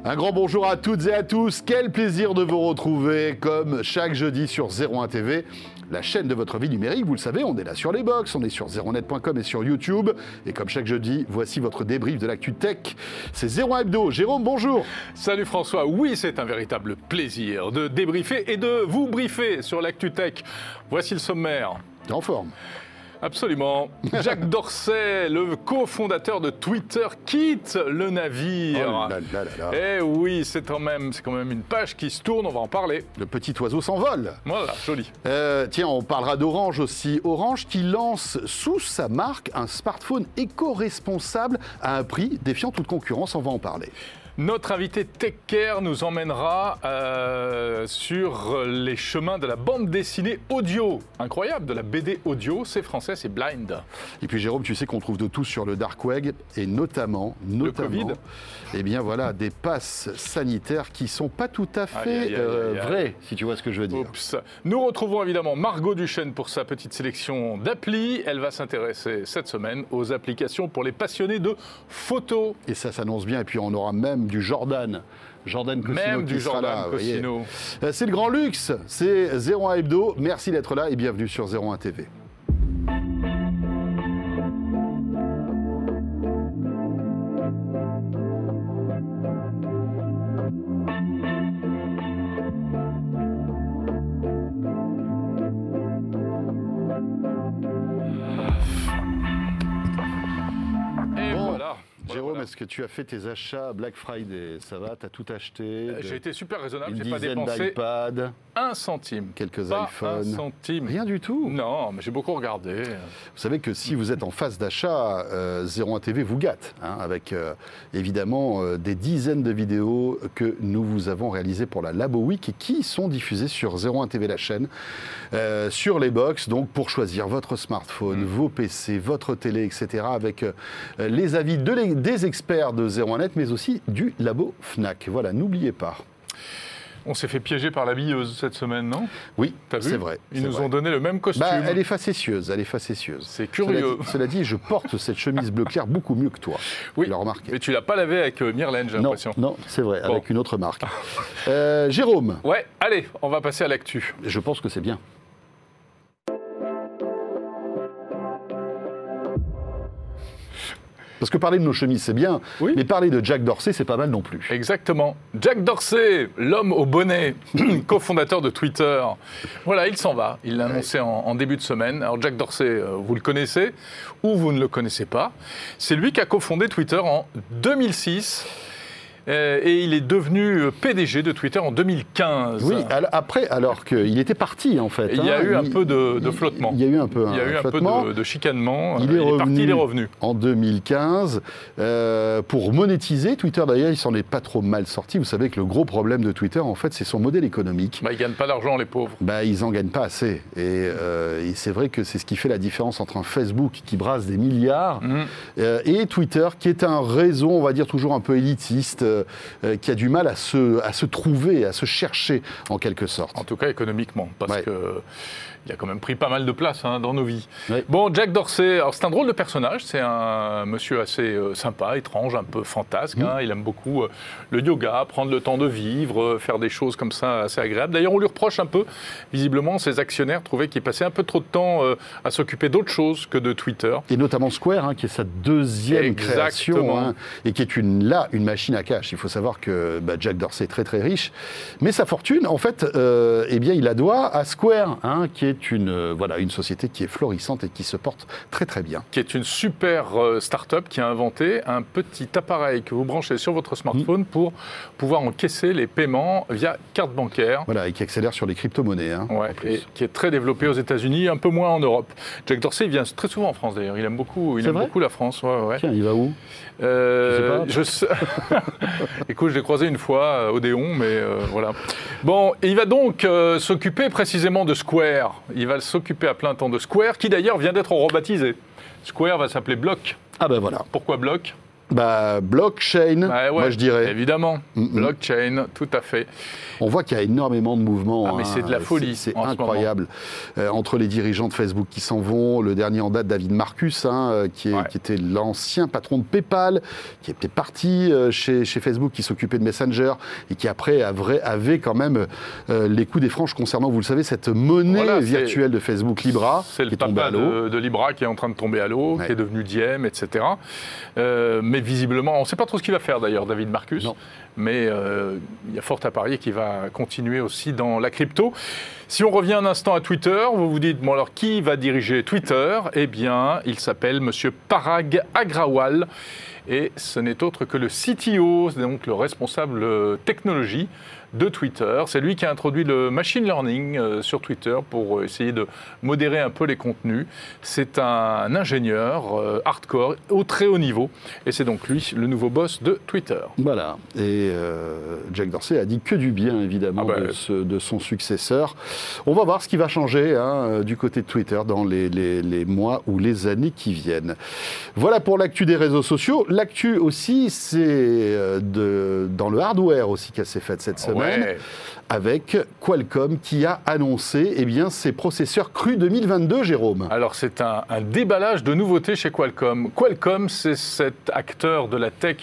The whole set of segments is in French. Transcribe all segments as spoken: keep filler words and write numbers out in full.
Un grand bonjour à toutes et à tous. Quel plaisir de vous retrouver comme chaque jeudi sur zéro un T V, la chaîne de votre vie numérique. Vous le savez, on est là sur les box, on est sur zéro net point com et sur YouTube. Et comme chaque jeudi, voici votre débrief de l'actu tech. C'est zéro un Hebdo. Jérôme, bonjour. Salut François. Oui, c'est un véritable plaisir de débriefer et de vous briefer sur l'actu tech. Voici le sommaire. T'es en forme? Absolument. Jack Dorsey, le cofondateur de Twitter, quitte le navire. Oh là là là là. Eh oui, c'est quand même, c'est quand même une page qui se tourne, on va en parler. Le petit oiseau s'envole. Voilà, joli. Euh, tiens, on parlera d'Orange aussi. Orange qui lance sous sa marque un smartphone éco-responsable à un prix défiant toute concurrence. On va en parler. Notre invité TechCare nous emmènera euh, sur les chemins de la bande dessinée audio. Incroyable, de la B D audio, c'est français, c'est Blind. Et puis Jérôme, tu sais qu'on trouve de tout sur le dark web et notamment, notamment, le Covid. Eh bien voilà, des passes sanitaires qui sont pas tout à fait Aïe, aïe, aïe, euh, aïe, aïe. vraies, si tu vois ce que je veux dire. Oups. Nous retrouvons évidemment Margot Duchesne pour sa petite sélection d'applis. Elle va s'intéresser cette semaine aux applications pour les passionnés de photos. Et ça s'annonce bien. Et puis on aura même du Jordan. Jordan Cosino Même qui du sera Jordan là, vous voyez. Cosino. Euh, C'est le grand luxe. C'est zéro un Hebdo. Merci d'être là et bienvenue sur zéro un T V. Et Bon, voilà. Jérôme, Voilà. est-ce que tu as fait tes achats Black Friday? Ça va? Tu as tout acheté? Euh, J'ai été super raisonnable, Une j'ai pas dizaine dépensé d'iPads, un centime. quelques Pas iPhones. un centime. Rien du tout. Non, mais j'ai beaucoup regardé. Vous savez que si vous êtes en phase d'achat, euh, zéro un T V vous gâte, hein, avec euh, évidemment euh, des dizaines de vidéos que nous vous avons réalisées pour la Labo Week et qui sont diffusées sur zéro un T V, la chaîne, euh, sur les box, donc pour choisir votre smartphone, Mmh. vos P C, votre télé, et cetera, avec euh, les avis de les- des experts de zéro un net, mais aussi du Labo Fnac. Voilà, n'oubliez pas. On s'est fait piéger par la billeuse cette semaine, non? Oui, T'as vu? c'est vrai. Ils c'est nous vrai. ont donné le même costume. Bah, elle est facétieuse, elle est facétieuse. C'est Cela curieux. dit, cela dit, je porte cette chemise bleu clair beaucoup mieux que toi. Oui, Tu l'as remarqué. mais tu l'as pas lavé avec euh, Myrlène, j'ai Non, l'impression. non, c'est vrai, Bon. avec une autre marque. Euh, Jérôme, Ouais, allez, on va passer à l'actu. je pense que c'est bien. Parce que parler de nos chemises, c'est bien, Oui. mais parler de Jack Dorsey, c'est pas mal non plus. Exactement. Jack Dorsey, l'homme au bonnet, cofondateur de Twitter. Voilà, il s'en va. Il l'a annoncé en, en début de semaine. Alors Jack Dorsey, euh, vous le connaissez ou vous ne le connaissez pas. C'est lui qui a cofondé Twitter en deux mille six. euh, Et il est devenu P D G de Twitter en deux mille quinze. Oui, al- après, alors qu'il était parti, en fait. Et il y a hein, eu un il- peu de, de il- flottement. Il y a eu un peu, Il y a eu un peu flottement. de, de chicanement. Il est, Euh, parti, il est revenu. en deux mille quinze euh, pour monétiser. Twitter, d'ailleurs, il s'en est pas trop mal sorti. Vous savez que le gros problème de Twitter, en fait, c'est son modèle économique. Bah, il ne gagne pas d'argent, les pauvres. Bah, ils n'en gagnent pas assez. Et, euh, et c'est vrai que c'est ce qui fait la différence entre un Facebook qui brasse des milliards Mhm. euh, et Twitter, qui est un réseau, on va dire, toujours un peu élitiste, euh, euh, qui a du mal à se, à se trouver, à se chercher, en quelque sorte. En tout cas économiquement, parce Ouais. que il a quand même pris pas mal de place hein, dans nos vies. Ouais. Bon, Jack Dorsey, alors c'est un drôle de personnage, c'est un monsieur assez euh, sympa, étrange, un peu fantasque. hein. Il aime beaucoup euh, le yoga, prendre le temps de vivre, euh, faire des choses comme ça assez agréables. D'ailleurs, on lui reproche un peu, visiblement, ses actionnaires trouvaient qu'il passait un peu trop de temps euh, à s'occuper d'autre chose que de Twitter. Et notamment Square, hein, qui est sa deuxième Exactement. création, hein, et qui est une, là une machine à cash. Il faut savoir que bah, Jack Dorsey est très très riche, mais sa fortune, en fait, euh, eh bien, il la doit à Square, hein, qui est une, euh, voilà, une société qui est florissante et qui se porte très très bien. Qui est une super euh, start-up qui a inventé un petit appareil que vous branchez sur votre smartphone Mmh. pour pouvoir encaisser les paiements via carte bancaire. Voilà, et qui accélère sur les crypto-monnaies. Hein, Ouais, en plus. et qui est très développé aux États-Unis, un peu moins en Europe. Jack Dorsey il vient très souvent en France d'ailleurs. Il aime beaucoup, il C'est aime vrai beaucoup la France. Ouais, ouais. Tiens, il va où? Euh, Je sais je sais- Écoute, je l'ai croisé une fois euh, au Odéon, mais euh, voilà. Bon, et il va donc euh, s'occuper précisément de Square. Il va s'occuper à plein temps de Square, qui d'ailleurs vient d'être rebaptisé. Square va s'appeler Block. Ah ben voilà. Pourquoi Block? Bah, blockchain, Bah ouais, moi je dirais. Évidemment, Mm-mm. blockchain, tout à fait. On voit qu'il y a énormément de mouvements. Ah, mais hein. c'est de la folie C'est c'est en ce incroyable. Euh, entre les dirigeants de Facebook qui s'en vont, le dernier en date, David Marcus, hein, euh, qui, est- Ouais. qui était l'ancien patron de PayPal, qui était parti euh, chez, chez Facebook, qui s'occupait de Messenger et qui après avait, avait quand même euh, les coups des franges concernant, vous le savez, cette monnaie Voilà, c'est- virtuelle de Facebook, Libra, C'est qui le est tombée à papa l'eau. de, de Libra qui est en train de tomber à l'eau, Ouais. qui est devenu Diem, et cetera. Euh, mais visiblement, on ne sait pas trop ce qu'il va faire d'ailleurs, David Marcus. Non. Mais euh, il y a fort à parier qu'il va continuer aussi dans la crypto. Si on revient un instant à Twitter, vous vous dites, bon alors qui va diriger Twitter ? Eh bien, il s'appelle Monsieur Parag Agrawal. Et ce n'est autre que le C T O, donc le responsable euh, technologie de Twitter. C'est lui qui a introduit le machine learning euh, sur Twitter pour euh, essayer de modérer un peu les contenus. C'est un ingénieur euh, hardcore au très haut niveau. Et c'est donc lui, le nouveau boss de Twitter. Voilà. Et euh, Jack Dorsey a dit que du bien, évidemment, Ah bah, de, ce- de son successeur. On va voir ce qui va changer hein, euh, du côté de Twitter dans les, les- les mois ou les années qui viennent. Voilà pour l'actu des réseaux sociaux. L'actu aussi, c'est euh, de- dans le hardware aussi qu'elle s'est faite cette semaine, Ouais. avec Qualcomm qui a annoncé eh bien, ses processeurs crus deux mille vingt-deux, Jérôme. Alors c'est un, un déballage de nouveautés chez Qualcomm. Qualcomm, c'est cet acteur de la tech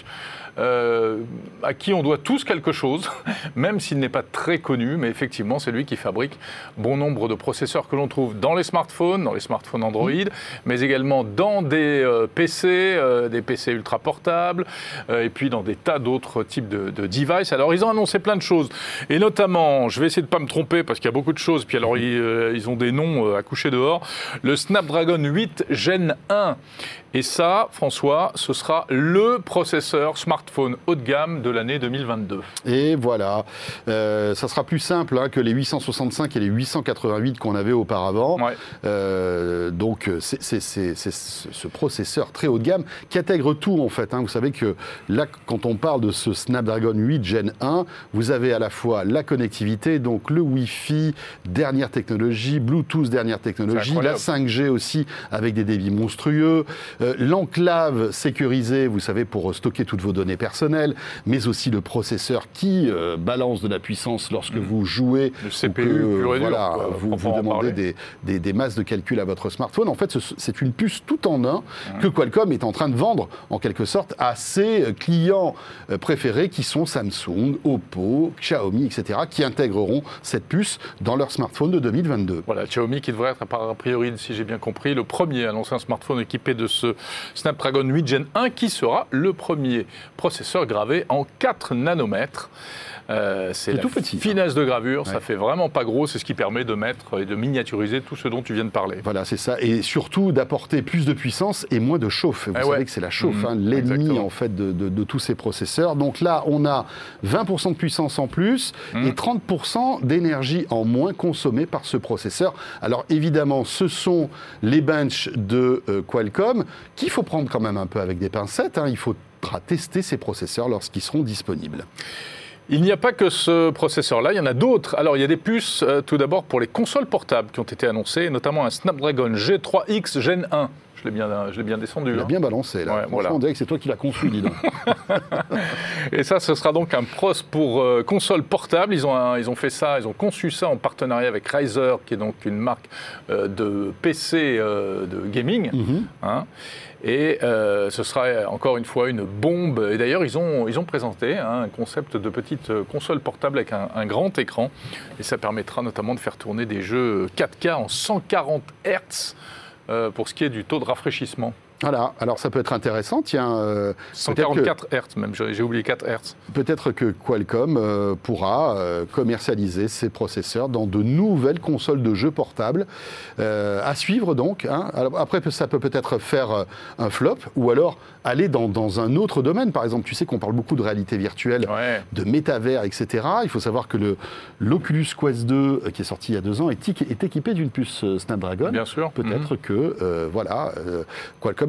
euh, à qui on doit tous quelque chose, même s'il n'est pas très connu, mais effectivement c'est lui qui fabrique bon nombre de processeurs que l'on trouve dans les smartphones, dans les smartphones Android, mais également dans des euh, P C, euh, des P C ultra portables, euh, et puis dans des tas d'autres types de, de devices. Alors ils ont annoncé plein de choses, et notamment, je vais essayer de ne pas me tromper parce qu'il y a beaucoup de choses, puis alors ils, euh, ils ont des noms euh, à coucher dehors, le Snapdragon huit Gen un. Et ça, François, ce sera le processeur smartphone haut de gamme de l'année deux mille vingt-deux. Et voilà, Euh, ça sera plus simple hein, que les huit cent soixante-cinq et les huit cent quatre-vingt-huit qu'on avait auparavant. Ouais. Euh, donc c'est c'est- c'est- c'est ce processeur très haut de gamme qui intègre tout en fait. hein. Vous savez que là, quand on parle de ce Snapdragon huit Gen un, vous avez à la fois la connectivité, donc le Wi-Fi, dernière technologie, Bluetooth, dernière technologie, la incroyable. cinq G aussi avec des débits monstrueux, euh, l'enclave sécurisée, vous savez, pour stocker toutes vos données personnelles, mais aussi le processeur qui euh, balance de la puissance lorsque vous jouez. Le C ou P que, U pur et dur, voilà, quoi, vous, pour vous en demandez parler. des, des, des masses de calcul à votre smartphone. En fait, ce- c'est une puce tout en un que Qualcomm est en train de vendre, en quelque sorte, à ses clients euh, préférés qui sont Samsung, Oppo, Xiaomi, et cetera, qui intégreront cette puce dans leur smartphone de deux mille vingt-deux. Voilà, Xiaomi qui devrait être, a priori, si j'ai bien compris, le premier à lancer un smartphone équipé de ce Snapdragon huit Gen un qui sera le premier processeur gravé en quatre nanomètres. Euh, c'est C'est la tout petit, finesse de gravure, ça Ouais. fait vraiment pas gros, c'est ce qui permet de mettre et de miniaturiser tout ce dont tu viens de parler. Voilà, c'est ça. Et surtout d'apporter plus de puissance et moins de chauffe. Vous Eh savez ouais. que c'est la chauffe, Mmh, hein, l'ennemi exactement. en fait de, de- de tous ces processeurs. Donc là, on a vingt pour cent de puissance en plus Mmh. et trente pour cent d'énergie en moins consommée par ce processeur. Alors évidemment, ce sont les benches de euh, Qualcomm qu'il faut prendre quand même un peu avec des pincettes. hein. Il faudra tester ces processeurs lorsqu'ils seront disponibles. Il n'y a pas que ce processeur-là, il y en a d'autres. Alors, il y a des puces, euh, tout d'abord, pour les consoles portables qui ont été annoncées, notamment un Snapdragon G trois X Gen un. Je l'ai bien, je l'ai bien descendu. Il a hein. bien balancé là. Ouais, Franchement, voilà. on dirait que c'est toi qui l'as conçu, dis donc. Et ça, ce sera donc un pros pour euh, console portable. Ils ont, un- ils ont fait ça, ils ont conçu ça en partenariat avec Razer, qui est donc une marque euh, de P C euh, de gaming. Mhm. hein. Et euh, ce sera encore une fois une bombe. Et d'ailleurs, ils ont, ils ont présenté hein, un concept de petite euh, console portable avec un, un grand écran. Et ça permettra notamment de faire tourner des jeux quatre K en cent quarante hertz euh, pour ce qui est du taux de rafraîchissement. Voilà, alors ça peut être intéressant, tiens. euh, cent peut-être que- quarante-quatre hertz même, j'ai j'ai oublié quatre hertz. Peut-être que Qualcomm euh, pourra euh, commercialiser ses processeurs dans de nouvelles consoles de jeux portables. Euh, à suivre donc. hein. Alors, après, ça peut peut-être faire euh, un flop ou alors aller dans, dans un autre domaine. Par exemple, tu sais qu'on parle beaucoup de réalité virtuelle, Ouais. de métavers, et cetera. Il faut savoir que le- l'Oculus Quest deux, euh, qui est sorti il y a deux ans, est, équi- est équipé d'une puce euh, Snapdragon. Bien sûr. Peut-être que euh, voilà, euh, Qualcomm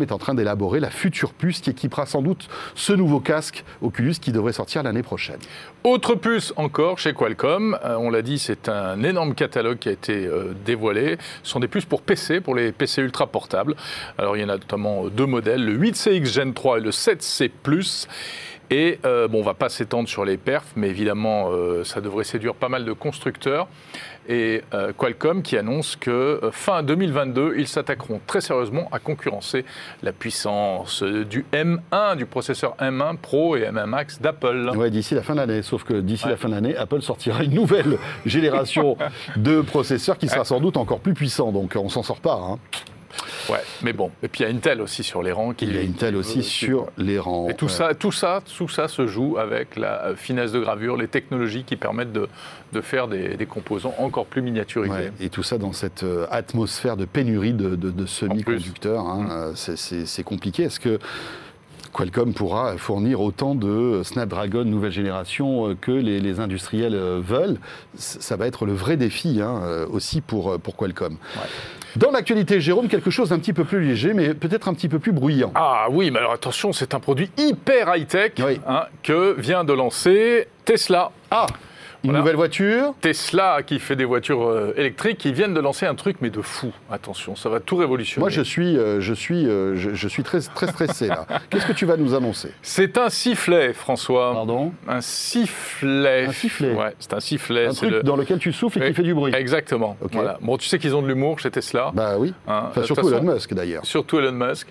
est en train d'élaborer la future puce qui équipera sans doute ce nouveau casque Oculus qui devrait sortir l'année prochaine. Autre puce encore chez Qualcomm, euh, on l'a dit, c'est un énorme catalogue qui a été euh, dévoilé. Ce sont des puces pour P C, pour les P C ultra portables. Alors il y en a notamment deux modèles, le huit C X Gen trois et le sept C plus. Et euh, bon, on ne va pas s'étendre sur les perfs, mais évidemment, euh, ça devrait séduire pas mal de constructeurs. Et euh, Qualcomm qui annonce que euh, fin deux mille vingt-deux, ils s'attaqueront très sérieusement à concurrencer la puissance du M un, du processeur M un Pro et M un Max d'Apple. Ouais, d'ici la fin de l'année. Sauf que d'ici ouais. la fin de l'année, Apple sortira une nouvelle génération de processeurs qui sera ouais. sans doute encore plus puissant. Donc on s'en sort pas. Hein. Ouais, mais bon. Et puis il y a Intel aussi sur les rangs. Qui, il y a Intel aussi qui, sur les rangs. Et tout, ouais. ça, tout, ça, tout ça se joue avec la finesse de gravure, les technologies qui permettent de, de faire des, des composants encore plus miniaturisés. Ouais, et tout ça dans cette atmosphère de pénurie de, de, de semi-conducteurs. Hein, mmh. c'est, c'est, c'est compliqué. Est-ce que Qualcomm pourra fournir autant de Snapdragon nouvelle génération que les, les industriels veulent? Ça va être le vrai défi hein, aussi pour, pour Qualcomm. Ouais. Dans l'actualité, Jérôme, quelque chose d'un petit peu plus léger, mais peut-être un petit peu plus bruyant. Ah oui, mais alors attention, c'est un produit hyper high-tech oui. hein, que vient de lancer Tesla. Ah Une voilà. nouvelle voiture. Tesla qui fait des voitures euh, électriques, qui viennent de lancer un truc mais de fou. Attention, ça va tout révolutionner. Moi je suis, euh, je suis, euh, je, je suis très, très stressé là. Qu'est-ce que tu vas nous annoncer? C'est un sifflet, François. Pardon? Un sifflet. Un sifflet. Ouais, c'est un sifflet. Un truc le... dans lequel tu souffles et qui fait du bruit. Exactement. Okay. Voilà. Bon, tu sais qu'ils ont de l'humour chez Tesla. Bah oui. Hein, enfin, surtout Elon Musk d'ailleurs. Surtout Elon Musk.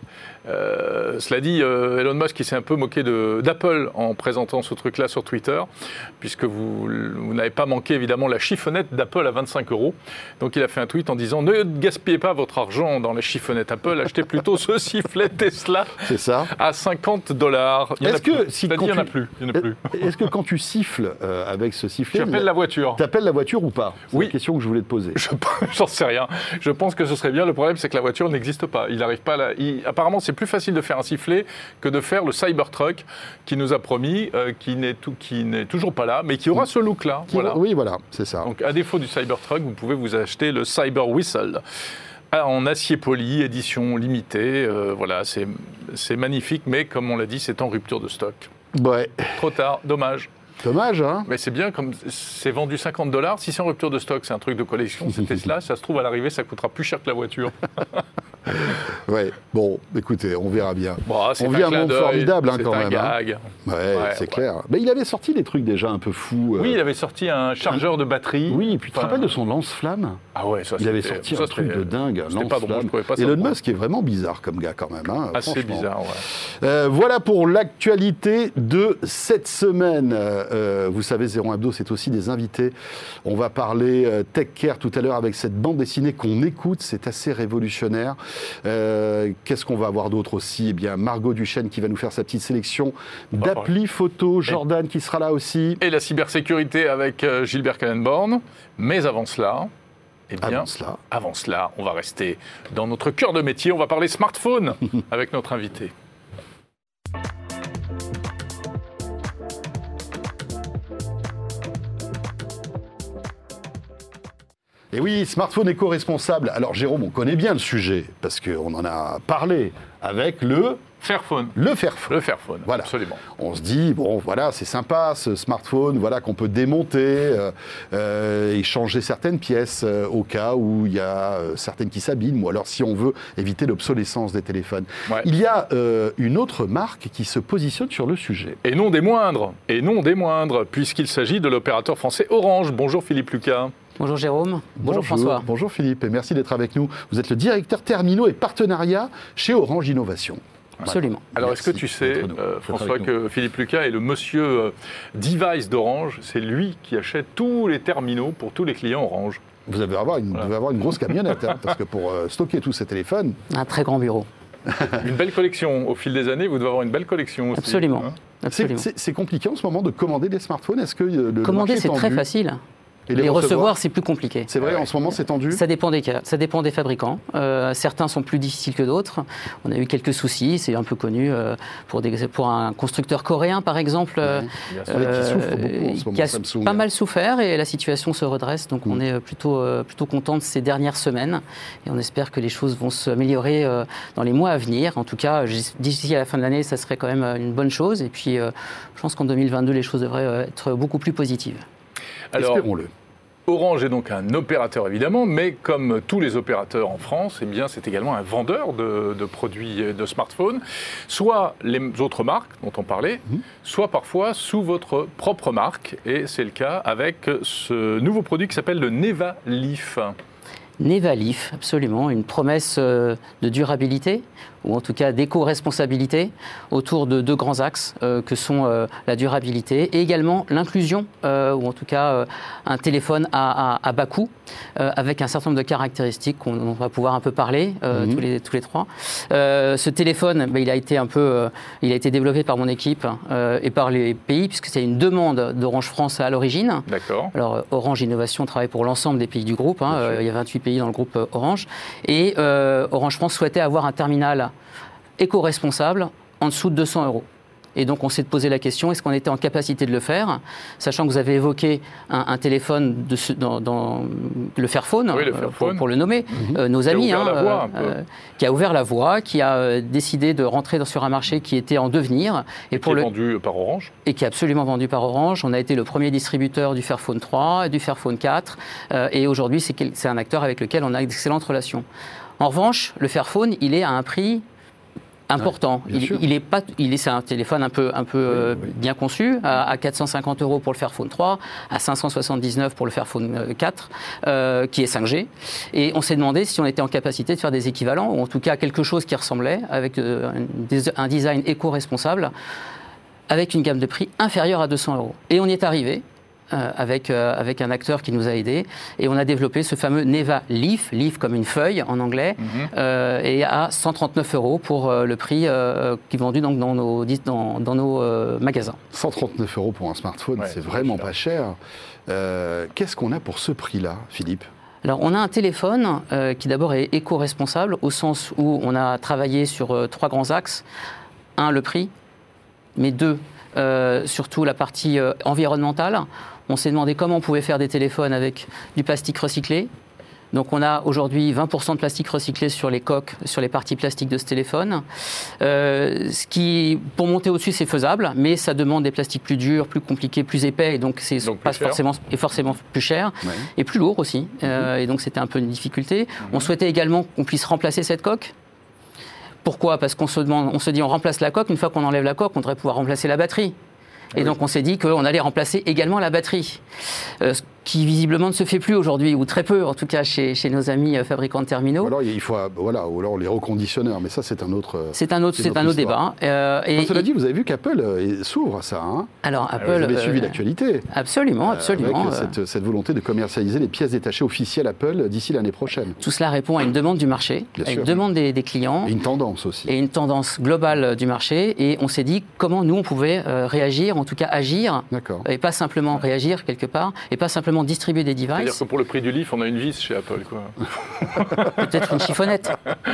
Euh, cela dit, euh, Elon Musk il s'est un peu moqué de, d'Apple en présentant ce truc-là sur Twitter, puisque vous, vous n'avez pas manqué évidemment la chiffonnette d'Apple à vingt-cinq euros. Donc il a fait un tweet en disant « Ne gaspillez pas votre argent dans les chiffonnettes Apple, achetez plutôt ce sifflet Tesla c'est ça. à cinquante dollars. » Est-ce que si il n'y en a plus. Est-ce que quand tu siffles euh, avec ce sifflet, tu appelles la voiture. Tu appelles la voiture ou pas? C'est oui. la question que je voulais te poser. Je, j'en sais rien. Je pense que ce serait bien. Le problème, c'est que la voiture n'existe pas. Il n'arrive pas à la... il... Apparemment, c'est plus facile de faire un sifflet que de faire le Cybertruck qui nous a promis, euh, qui, n'est tout, qui n'est toujours pas là, mais qui aura ce look-là. Qui... Voilà. Oui, voilà, c'est ça. Donc, à défaut du Cybertruck, vous pouvez vous acheter le Cyber Whistle en acier poli, édition limitée. Euh, voilà, c'est, c'est magnifique, mais comme on l'a dit, c'est en rupture de stock. Ouais. Trop tard, dommage. Dommage, hein? Mais c'est bien, comme c'est vendu cinquante dollars. Si c'est en rupture de stock, c'est un truc de collection, c'est Tesla. Ça se trouve, à l'arrivée, ça coûtera plus cher que la voiture. Ouais, bon, écoutez, on verra bien. Bon, on vit un monde d'œil, formidable, hein, quand un même. Gag. Hein. Ouais, ouais, c'est ouais. clair. Mais il avait sorti des trucs déjà un peu fous. Oui, euh... il avait sorti un chargeur de batterie. Oui, et puis tu te rappelles de son lance-flamme? Ah ouais, ça il avait sorti ça, un truc de dingue, un lance-flamme. Elon Musk est vraiment bizarre comme gars, quand même. Hein, Assez bizarre, ouais. Euh, voilà pour l'actualité de cette semaine. Euh, vous savez, Zéro Hebdo, c'est aussi des invités. On va parler euh, Tech Care tout à l'heure avec cette bande dessinée qu'on écoute. C'est assez révolutionnaire. Euh, Qu'est-ce qu'on va avoir d'autre aussi? Eh bien, Margot Duchesne qui va nous faire sa petite sélection d'appli photo. Jordan et, qui sera là aussi. Et la cybersécurité avec euh, Gilbert Kallenborn. Mais avant cela... Eh bien, avant cela. avant cela, on va rester dans notre cœur de métier. On va parler smartphone avec notre invité. Et oui, smartphone éco-responsable. Alors Jérôme, on connaît bien le sujet, parce qu'on en a parlé avec le... Fairphone. Le Fairphone. Le Fairphone, voilà. Absolument. On se dit, bon, voilà, c'est sympa, ce smartphone, voilà, qu'on peut démonter euh, euh, et changer certaines pièces euh, au cas où il y a euh, certaines qui s'abîment, ou alors si on veut éviter l'obsolescence des téléphones. Ouais. Il y a euh, une autre marque qui se positionne sur le sujet. Et non des moindres, et non des moindres, puisqu'il s'agit de l'opérateur français Orange. Bonjour Philippe Lucas. Bonjour Jérôme, bonjour, bonjour François. Bonjour Philippe, et merci d'être avec nous. Vous êtes le directeur terminaux et partenariats chez Orange Innovation. Absolument. Alors, merci. Est-ce que tu sais, euh, François, que Philippe Lucas est le monsieur euh, device d'Orange? C'est lui qui achète tous les terminaux pour tous les clients Orange. Vous devez avoir une, voilà. vous devez avoir une grosse camionnette, hein, parce que pour euh, stocker tous ces téléphones... Un très grand bureau. Une belle collection. Au fil des années, vous devez avoir une belle collection aussi. Absolument. Hein Absolument. C'est, c'est, c'est compliqué en ce moment de commander des smartphones. Est-ce que le Commander, le c'est marché est très tendu? facile. Et les, les recevoir, recevoir c'est plus compliqué. C'est vrai, en ce moment, c'est tendu. Ça dépend des cas, ça dépend des fabricants. Euh, certains sont plus difficiles que d'autres. On a eu quelques soucis, c'est un peu connu euh, pour, des, pour un constructeur coréen, par exemple, euh, euh, qui souffre beaucoup en ce moment, qui a Samsung. pas mal souffert et la situation se redresse. Donc, mmh. on est plutôt, euh, plutôt content de ces dernières semaines et on espère que les choses vont s'améliorer euh, dans les mois à venir. En tout cas, d'ici à la fin de l'année, ça serait quand même une bonne chose. Et puis, euh, je pense qu'en deux mille vingt-deux, les choses devraient être beaucoup plus positives. Alors, espérons-le. Orange est donc un opérateur évidemment, mais comme tous les opérateurs en France, eh bien, c'est également un vendeur de, de produits de smartphones, soit les autres marques dont on parlait, mmh. soit parfois sous votre propre marque. Et c'est le cas avec ce nouveau produit qui s'appelle le Neva Leaf. Neva Leaf, absolument, une promesse de durabilité, ou en tout cas d'éco-responsabilité, autour de deux grands axes euh, que sont euh, la durabilité et également l'inclusion, euh, ou en tout cas euh, un téléphone à, à, à bas coût, euh, avec un certain nombre de caractéristiques qu'on on va pouvoir un peu parler, euh, mmh. tous, les, tous les trois. Euh, ce téléphone, bah, il, a été un peu, euh, il a été développé par mon équipe euh, et par les pays, puisque c'est une demande d'Orange France à l'origine. D'accord. Alors, Orange Innovation travaille pour l'ensemble des pays du groupe, hein, euh, il y a vingt-huit pays dans le groupe Orange, et euh, Orange France souhaitait avoir un terminal éco-responsable en dessous de deux cents euros. Et donc, on s'est posé la question, est-ce qu'on était en capacité de le faire, sachant que vous avez évoqué un, un téléphone, de ce, dans, dans le Fairphone, oui, le euh, Fairphone. Pour, pour le nommer, mmh. euh, nos qui amis, a ouvert hein, la voie, euh, euh, qui a ouvert la voie, qui a euh, décidé de rentrer sur un marché qui était en devenir. Et, et pour qui le... est vendu par Orange. Et qui est absolument vendu par Orange. On a été le premier distributeur du Fairphone trois, du Fairphone quatre, euh, et aujourd'hui, c'est, quel... c'est un acteur avec lequel on a d'excellentes relations. En revanche, le Fairphone, il est à un prix important. Ouais, il, il est pas, il est, c'est un téléphone un peu, un peu oui, euh, oui. bien conçu, à, à quatre cent cinquante euros pour le Fairphone trois, à cinq cent soixante-dix-neuf pour le Fairphone quatre, euh, qui est cinq G. Et on s'est demandé si on était en capacité de faire des équivalents, ou en tout cas quelque chose qui ressemblait, avec euh, un, un design éco-responsable, avec une gamme de prix inférieure à deux cents euros. Et on y est arrivé. Euh, avec, euh, avec un acteur qui nous a aidés. Et on a développé ce fameux Neva Leaf, Leaf comme une feuille en anglais, mmh. euh, et à cent trente-neuf euros pour euh, le prix euh, qui est vendu donc, dans nos, dans, dans nos euh, magasins. cent trente-neuf euros pour un smartphone, ouais, c'est vraiment pas cher. Euh, qu'est-ce qu'on a pour ce prix-là, Philippe ? Alors, on a un téléphone euh, qui d'abord est éco-responsable, au sens où on a travaillé sur euh, trois grands axes. Un, le prix, mais deux, euh, surtout la partie euh, environnementale. On s'est demandé comment on pouvait faire des téléphones avec du plastique recyclé. Donc on a aujourd'hui vingt pour cent de plastique recyclé sur les coques, sur les parties plastiques de ce téléphone. Euh, ce qui, pour monter au-dessus, c'est faisable, mais ça demande des plastiques plus durs, plus compliqués, plus épais, et donc c'est donc pas forcément, et forcément plus cher, ouais. et plus lourd aussi. Mmh. Euh, et donc c'était un peu une difficulté. Mmh. On souhaitait également qu'on puisse remplacer cette coque. Pourquoi ? Parce qu'on se demande, on se dit on remplace la coque, une fois qu'on enlève la coque, on devrait pouvoir remplacer la batterie. Et oui. donc on s'est dit qu'on allait remplacer également la batterie, euh, ce qui visiblement ne se fait plus aujourd'hui, ou très peu en tout cas chez, chez nos amis euh, fabricants de terminaux. Ou alors il faut, voilà, ou alors les reconditionneurs, mais ça c'est un autre. C'est un autre, c'est, c'est un autre débat. Euh, et, enfin, cela et, dit, vous avez vu qu'Apple euh, s'ouvre à ça. Hein. Alors Apple. Vous avez suivi euh, l'actualité. Absolument, absolument. Euh, avec cette, cette volonté de commercialiser les pièces détachées officielles Apple d'ici l'année prochaine. Tout cela répond à une demande du marché, Bien à sûr. une demande des, des clients. Et une tendance aussi. Et une tendance globale du marché. Et on s'est dit comment nous on pouvait euh, réagir, en tout cas agir. D'accord. Et pas simplement réagir quelque part, et pas simplement distribuer des devices. C'est-à-dire que pour le prix du Leaf, on a une vis chez Apple, quoi. Peut-être une chiffonnette.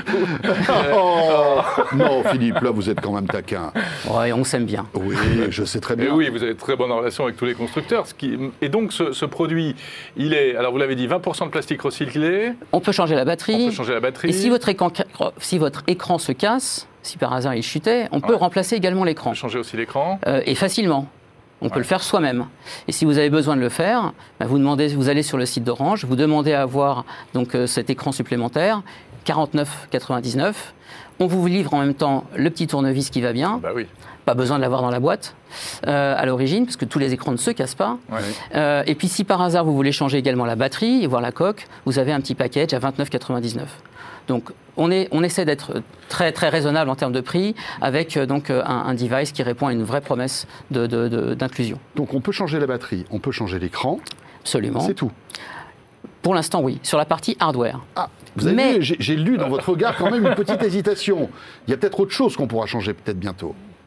oh, non, Philippe, là, vous êtes quand même taquin. Ouais, on s'aime bien. Oui, je sais très bien. Et oui, vous avez de très bonne relation avec tous les constructeurs. Ce qui... Et donc, ce, ce produit, il est, alors vous l'avez dit, vingt pour cent de plastique recyclé. On peut changer la batterie. On peut changer la batterie. Et si votre écran, si votre écran se casse, si par hasard il chutait, on ouais. peut remplacer également l'écran. On peut changer aussi l'écran. Euh, et facilement. On ouais. peut le faire soi-même. Et si vous avez besoin de le faire, bah vous, demandez, vous allez sur le site d'Orange, vous demandez à avoir donc, euh, cet écran supplémentaire, quarante-neuf quatre-vingt-dix-neuf. On vous livre en même temps le petit tournevis qui va bien. Bah oui. Pas besoin de l'avoir dans la boîte euh, à l'origine, parce que tous les écrans ne se cassent pas. Ouais. Euh, et puis si par hasard vous voulez changer également la batterie et voir la coque, vous avez un petit package à vingt-neuf quatre-vingt-dix-neuf. Donc on, est, on essaie d'être très, très raisonnable en termes de prix, avec donc, un, un device qui répond à une vraie promesse de, de, de, d'inclusion. Donc on peut changer la batterie, on peut changer l'écran. Absolument. C'est tout. Pour l'instant, oui. Sur la partie hardware. Ah, vous avez Mais... vu, j'ai, j'ai lu dans votre regard quand même une petite hésitation. Il y a peut-être autre chose qu'on pourra changer peut-être bientôt.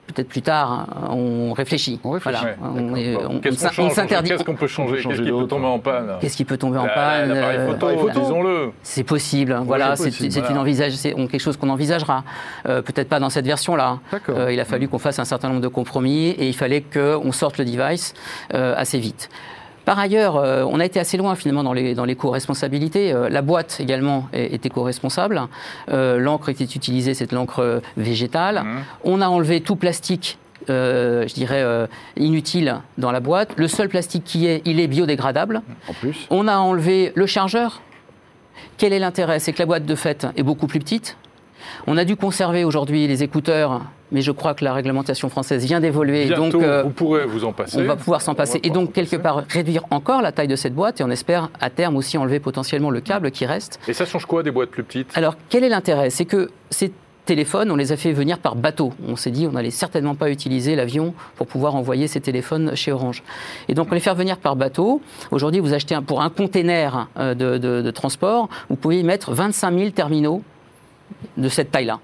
peut-être plus tard, on réfléchit. On réfléchit. Voilà. Ouais, on est- on- Qu'est-ce on qu'on s'in- on change s'interdit. Qu'est-ce qu'on peut changer changer Qu'est-ce qui peut d'autre tomber en panne Qu'est-ce qui peut tomber en La- panne L'appareil euh, photo, l'appareil photo. disons-le. C'est possible, voilà, c'est c'est possible, c'est voilà. une envisage, c'est quelque chose qu'on envisagera. Euh, Peut-être pas dans cette version-là. D'accord. Euh, il a fallu qu'on fasse un certain nombre de compromis et il fallait qu'on sorte le device euh, assez vite. Par ailleurs, euh, on a été assez loin finalement dans les, dans les co-responsabilités. Euh, la boîte également est, est éco-responsable. Euh, l'encre qui est utilisée, c'est de l'encre végétale. Mmh. On a enlevé tout plastique. Euh, je dirais euh, inutile dans la boîte. Le seul plastique qui est, il est biodégradable. En plus. On a enlevé le chargeur. Quel est l'intérêt? C'est que la boîte de fait est beaucoup plus petite. On a dû conserver aujourd'hui les écouteurs, mais je crois que la réglementation française vient d'évoluer. Bientôt, Donc, euh, vous pourrez vous en passer. on va pouvoir s'en On va passer. Et pouvoir donc, s'en quelque passer. part, réduire encore la taille de cette boîte. Et on espère, à terme, aussi enlever potentiellement le câble qui reste. Et ça change quoi des boîtes plus petites? Alors, quel est l'intérêt? C'est que ces téléphones, on les a fait venir par bateau. On s'est dit, on n'allait certainement pas utiliser l'avion pour pouvoir envoyer ces téléphones chez Orange. Et donc, on les fait venir par bateau. Aujourd'hui, vous achetez un, pour un container euh, de, de- de transport, vous pouvez y mettre vingt-cinq mille terminaux de cette taille-là.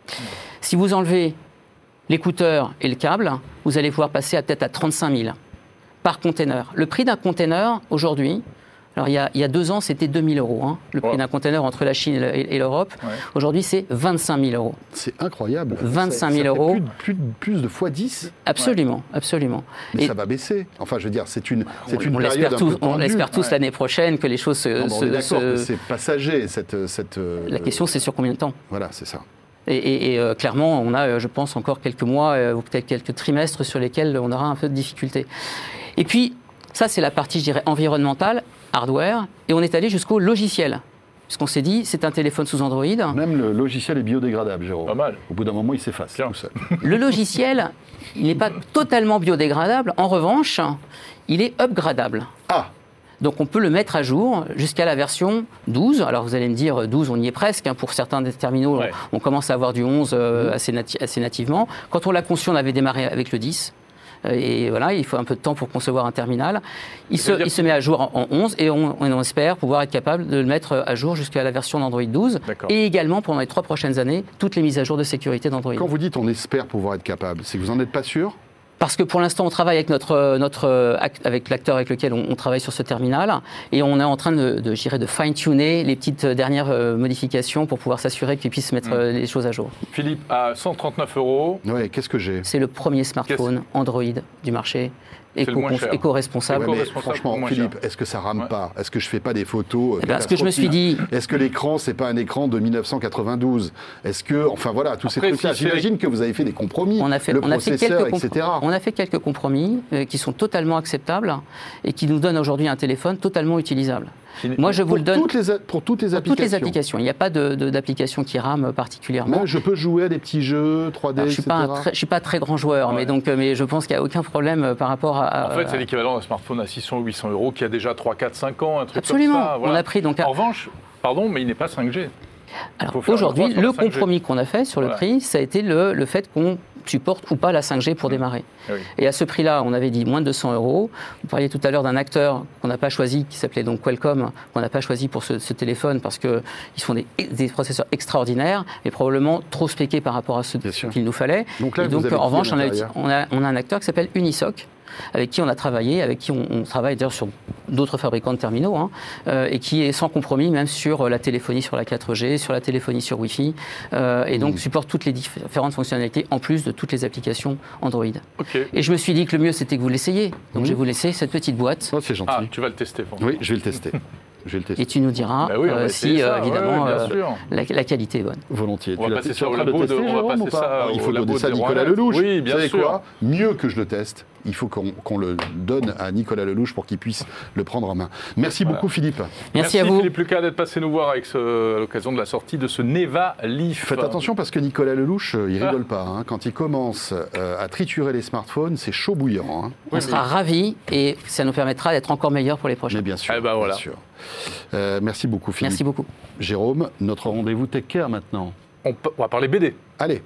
Si vous enlevez l'écouteur et le câble, vous allez pouvoir passer à peut-être à trente-cinq mille par container. Le prix d'un container, aujourd'hui, alors il y a, il y a deux ans, c'était deux mille euros, hein, le prix Ouais. d'un container entre la Chine et, et l'Europe. Ouais. Aujourd'hui, c'est vingt-cinq mille euros. C'est incroyable. vingt-cinq Ça- mille ça fait euros. Plus, de- plus, de- plus de fois dix. Absolument, absolument. Mais Et ça va baisser. Enfin, je veux dire, c'est une, c'est on une on période l'espère un tous, peu on tendue. l'espère tous Ouais. l'année prochaine que les choses se... Non, mais on se- est d'accord que se- c'est passager, cette... cette euh, La question, c'est sur combien de temps? Voilà, c'est ça. Et, et- et, euh, clairement, on a, euh, je pense, encore quelques mois euh, ou peut-être quelques trimestres sur lesquels on aura un peu de difficultés. Et puis, ça, c'est la partie, je dirais, environnementale, hardware, et on est allé jusqu'au logiciel. Puisqu'on s'est dit, c'est un téléphone sous Android. Même le logiciel est biodégradable, Jérôme. Pas mal. Au bout d'un moment, il s'efface Tiens. tout seul. Le logiciel, il n'est pas totalement biodégradable. En revanche, il est upgradable. Ah, Donc on peut le mettre à jour jusqu'à la version douze. Alors vous allez me dire douze, on y est presque. hein. Pour certains des terminaux, Ouais. on, on commence à avoir du onze euh, assez, nati- assez nativement. Quand on l'a conçu, on avait démarré avec le dix. Euh, Et voilà, il faut un peu de temps pour concevoir un terminal. Il, Ça se, veut dire il se met à jour en, en onze et on, on espère pouvoir être capable de le mettre à jour jusqu'à la version d'Android douze. D'accord. Et également, pendant les trois prochaines années, toutes les mises à jour de sécurité d'Android. quand vous dites on espère pouvoir être capable, c'est que vous n'en êtes pas sûr? Parce que pour l'instant, on travaille avec, notre, notre, act- avec l'acteur avec lequel on, on travaille sur ce terminal et on est en train de, de, je dirais, de fine-tuner les petites dernières euh, modifications pour pouvoir s'assurer qu'ils puissent mettre Mm. euh, les choses à jour. Philippe, à cent trente-neuf euros, Oui, qu'est-ce que j'ai? C'est le premier smartphone Android du marché, le moins cher. éco-responsable. Ouais, mais responsable franchement, pour moins Philippe, cher. est-ce que ça rame Ouais. pas? Est-ce que je fais pas des photos euh, Eh ben, ce que je me suis dit- catastrophiques? Est-ce que l'écran, c'est pas un écran de mille neuf cent quatre-vingt-douze? Est-ce que, enfin voilà, tous ces Après, trucs-là. si c'est- J'imagine que vous avez fait des compromis. On a fait, le on a fait processeur, quelques et cetera. on a fait quelques compromis euh, qui sont totalement acceptables et qui nous donnent aujourd'hui un téléphone totalement utilisable. Qui- Moi, je vous Pour le donne toutes les, a- pour toutes les pour applications. toutes les applications. Il n'y a pas de- de- d'application qui rame particulièrement. Moi, je peux jouer à des petits jeux trois D, Alors, je suis et pas un cetera. très, je suis pas très grand joueur, Ouais. mais donc, euh, mais je pense qu'il n'y a aucun problème euh, par rapport à. En fait, à- c'est l'équivalent d'un smartphone à six cents ou huit cents euros qui a déjà trois, quatre, cinq ans, un truc Absolument. comme ça. On a pris donc. En revanche, pardon, mais il n'est pas cinq G. Alors, faut faire aujourd'hui, le droit sur le la cinq G. compromis qu'on a fait sur le Voilà. prix, ça a été le, le fait qu'on supporte ou pas la cinq G pour démarrer. Oui. Et à ce prix-là, on avait dit moins de deux cents euros. Vous parliez tout à l'heure d'un acteur qu'on n'a pas choisi, qui s'appelait donc Qualcomm, qu'on n'a pas choisi pour ce, ce téléphone parce qu'ils font des, des processeurs extraordinaires, mais probablement trop spéqués par rapport à ce Bien sûr. qu'il nous fallait. Donc là, Et vous donc, avez en qui à revanche, on a, l'intérieur on, a, on a un acteur qui s'appelle Unisoc, avec qui on a travaillé, avec qui on, on travaille d'ailleurs sur d'autres fabricants de terminaux, hein, euh, et qui est sans compromis même sur la téléphonie sur la quatre G, sur la téléphonie sur Wi-Fi, euh, et donc Mmh. supporte toutes les différentes fonctionnalités en plus de toutes les applications Android. Ok. Et je me suis dit que le mieux c'était que vous l'essayiez, donc Mmh. je vais vous laisser cette petite boîte, Oh, c'est gentil. Ah, tu vas le tester, François. Oui, je vais le tester. Je vais le tester. et tu nous diras Bah oui, on va euh, essayer si ça, euh, ouais, évidemment ouais, bien euh, sûr. la, la qualité est bonne. Volontiers. On va Tu l'as- passer tu es sur en le train de labo de- tester, on va Jérôme, passer ou pas ça Ah, Il au faut labo donner ça à de Nicolas Rouen. Lelouch. Oui, bien Vous savez sûr. quoi? Mieux que je le teste, il faut qu'on qu'on le donne à Nicolas Lelouch pour qu'il puisse le prendre en main. Merci Voilà. beaucoup, Philippe. Merci, à vous. Philippe Lucas d'être passé nous voir avec ce- à l'occasion de la sortie de ce Neva Leaf. Faites attention parce que Nicolas Lelouch, euh, il Ah. rigole pas. hein. Quand il commence euh, à triturer les smartphones, c'est chaud bouillant. hein. On Oui, sera mais- ravis et ça nous permettra d'être encore meilleurs pour les Mais prochains. bien sûr. Eh ben voilà. bien sûr. Euh, merci beaucoup, Philippe. Merci beaucoup. Jérôme, notre rendez-vous Tech Care maintenant. On, peut- on va parler B D. Allez.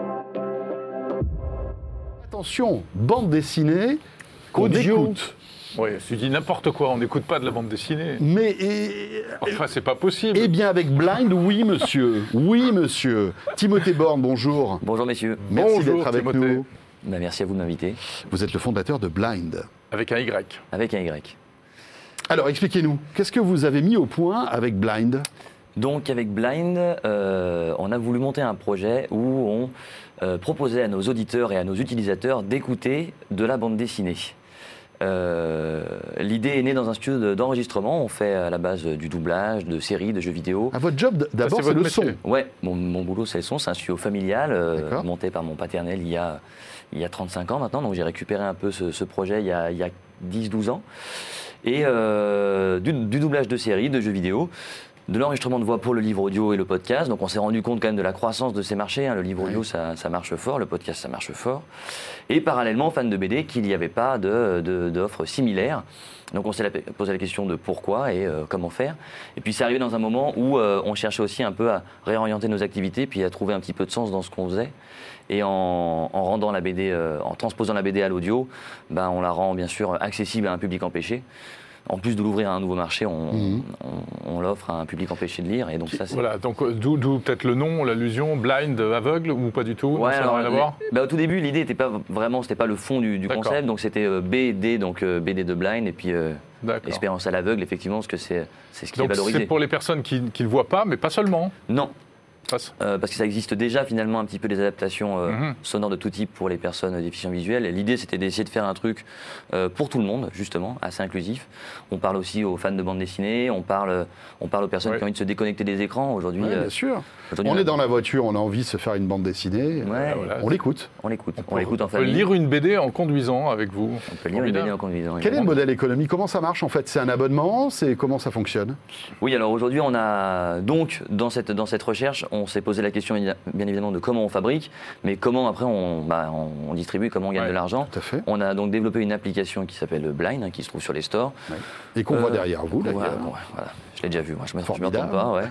Attention, bande dessinée qu'on Audio. écoute. Oui, tu dis n'importe quoi, on n'écoute pas de la bande dessinée. Mais... Et, enfin, c'est pas possible. Eh bien, avec Blind, oui, monsieur. Oui, monsieur. Timothée Borne, bonjour. Bonjour, messieurs. Merci Bonjour, d'être avec Timothée. nous. Ben, merci à vous de m'inviter. Vous êtes le fondateur de Blind. Avec un Y. Avec un Y. Alors, expliquez-nous, qu'est-ce que vous avez mis au point avec Blind ? Donc, avec Blind, euh, on a voulu monter un projet où on euh, proposait à nos auditeurs et à nos utilisateurs d'écouter de la bande dessinée. Euh, L'idée est née dans un studio d'enregistrement. On fait à la base du doublage, de séries, de jeux vidéo. Ah, votre job, d'abord, c'est c'est votre le son. métier. Ouais, mon, mon boulot, c'est le son. C'est un studio familial euh, D'accord. monté par mon paternel il y a, il y a trente-cinq ans maintenant. Donc, j'ai récupéré un peu ce, ce projet il y a, il y a dix douze ans. Et euh, du, du doublage de séries, de jeux vidéo, de l'enregistrement de voix pour le livre audio et le podcast. Donc on s'est rendu compte quand même de la croissance de ces marchés. Hein. Le livre audio, Oui. ça, ça marche fort, le podcast, ça marche fort. Et parallèlement, fan de B D, qu'il n'y avait pas de, de, d'offres similaires. Donc on s'est la- posé la question de pourquoi et euh, comment faire. Et puis c'est arrivé dans un moment où euh, on cherchait aussi un peu à réorienter nos activités, puis à trouver un petit peu de sens dans ce qu'on faisait. Et en, en rendant la B D, euh, en transposant la B D à l'audio, ben, on la rend bien sûr accessible à un public empêché. En plus de l'ouvrir à un nouveau marché, on, Mhm. on, on l'offre à un public empêché de lire. Et donc ça, c'est... Voilà, donc euh, d'où d'où peut-être le nom, l'allusion, blind, aveugle, ou pas du tout? Non, Ouais, ça n'a alors, rien à les- voir. bah, au tout début, l'idée n'était pas vraiment, c'était pas le fond du, du D'accord. concept, donc c'était euh, B D, donc euh, B D de Blind, et puis euh, D'accord. expérience à l'aveugle, effectivement, parce que c'est c'est ce qui Donc est valorisé. c'est pour les personnes qui ne le voient pas, mais pas seulement. Non, Ça, c'est- euh, parce que ça existe déjà finalement un petit peu des adaptations euh, Mhm. sonores de tout type pour les personnes euh, déficientes visuelles. Et l'idée, c'était d'essayer de faire un truc euh, pour tout le monde, justement, assez inclusif. On parle aussi aux fans de bande dessinée, on parle, on parle aux personnes Ouais. qui ont envie de se déconnecter des écrans. Aujourd'hui, Ouais, euh, bien sûr. aujourd'hui, On est dans la voiture, on a envie de se faire une bande dessinée. Ouais, voilà. On l'écoute. on l'écoute, on, peut- l'écoute en on peut famille. lire une B D en conduisant avec vous. On peut lire une B D Formidable. en conduisant. Quel est le évidemment. modèle économique? Comment ça marche en fait? C'est un abonnement? C'est comment ça fonctionne? Oui, alors aujourd'hui, on a donc dans cette, dans cette recherche, on s'est posé la question bien évidemment de comment on fabrique, mais comment après on, bah, on, on distribue, comment on gagne Ouais. de l'argent. Tout à fait. On a donc développé une application qui s'appelle Blind, hein, qui se trouve sur les stores. Et qu'on voit Euh, derrière vous, Voilà, d'ailleurs. bon, voilà. Je l'ai déjà vu, moi je ne me je me Formidable. trompe pas. Ouais.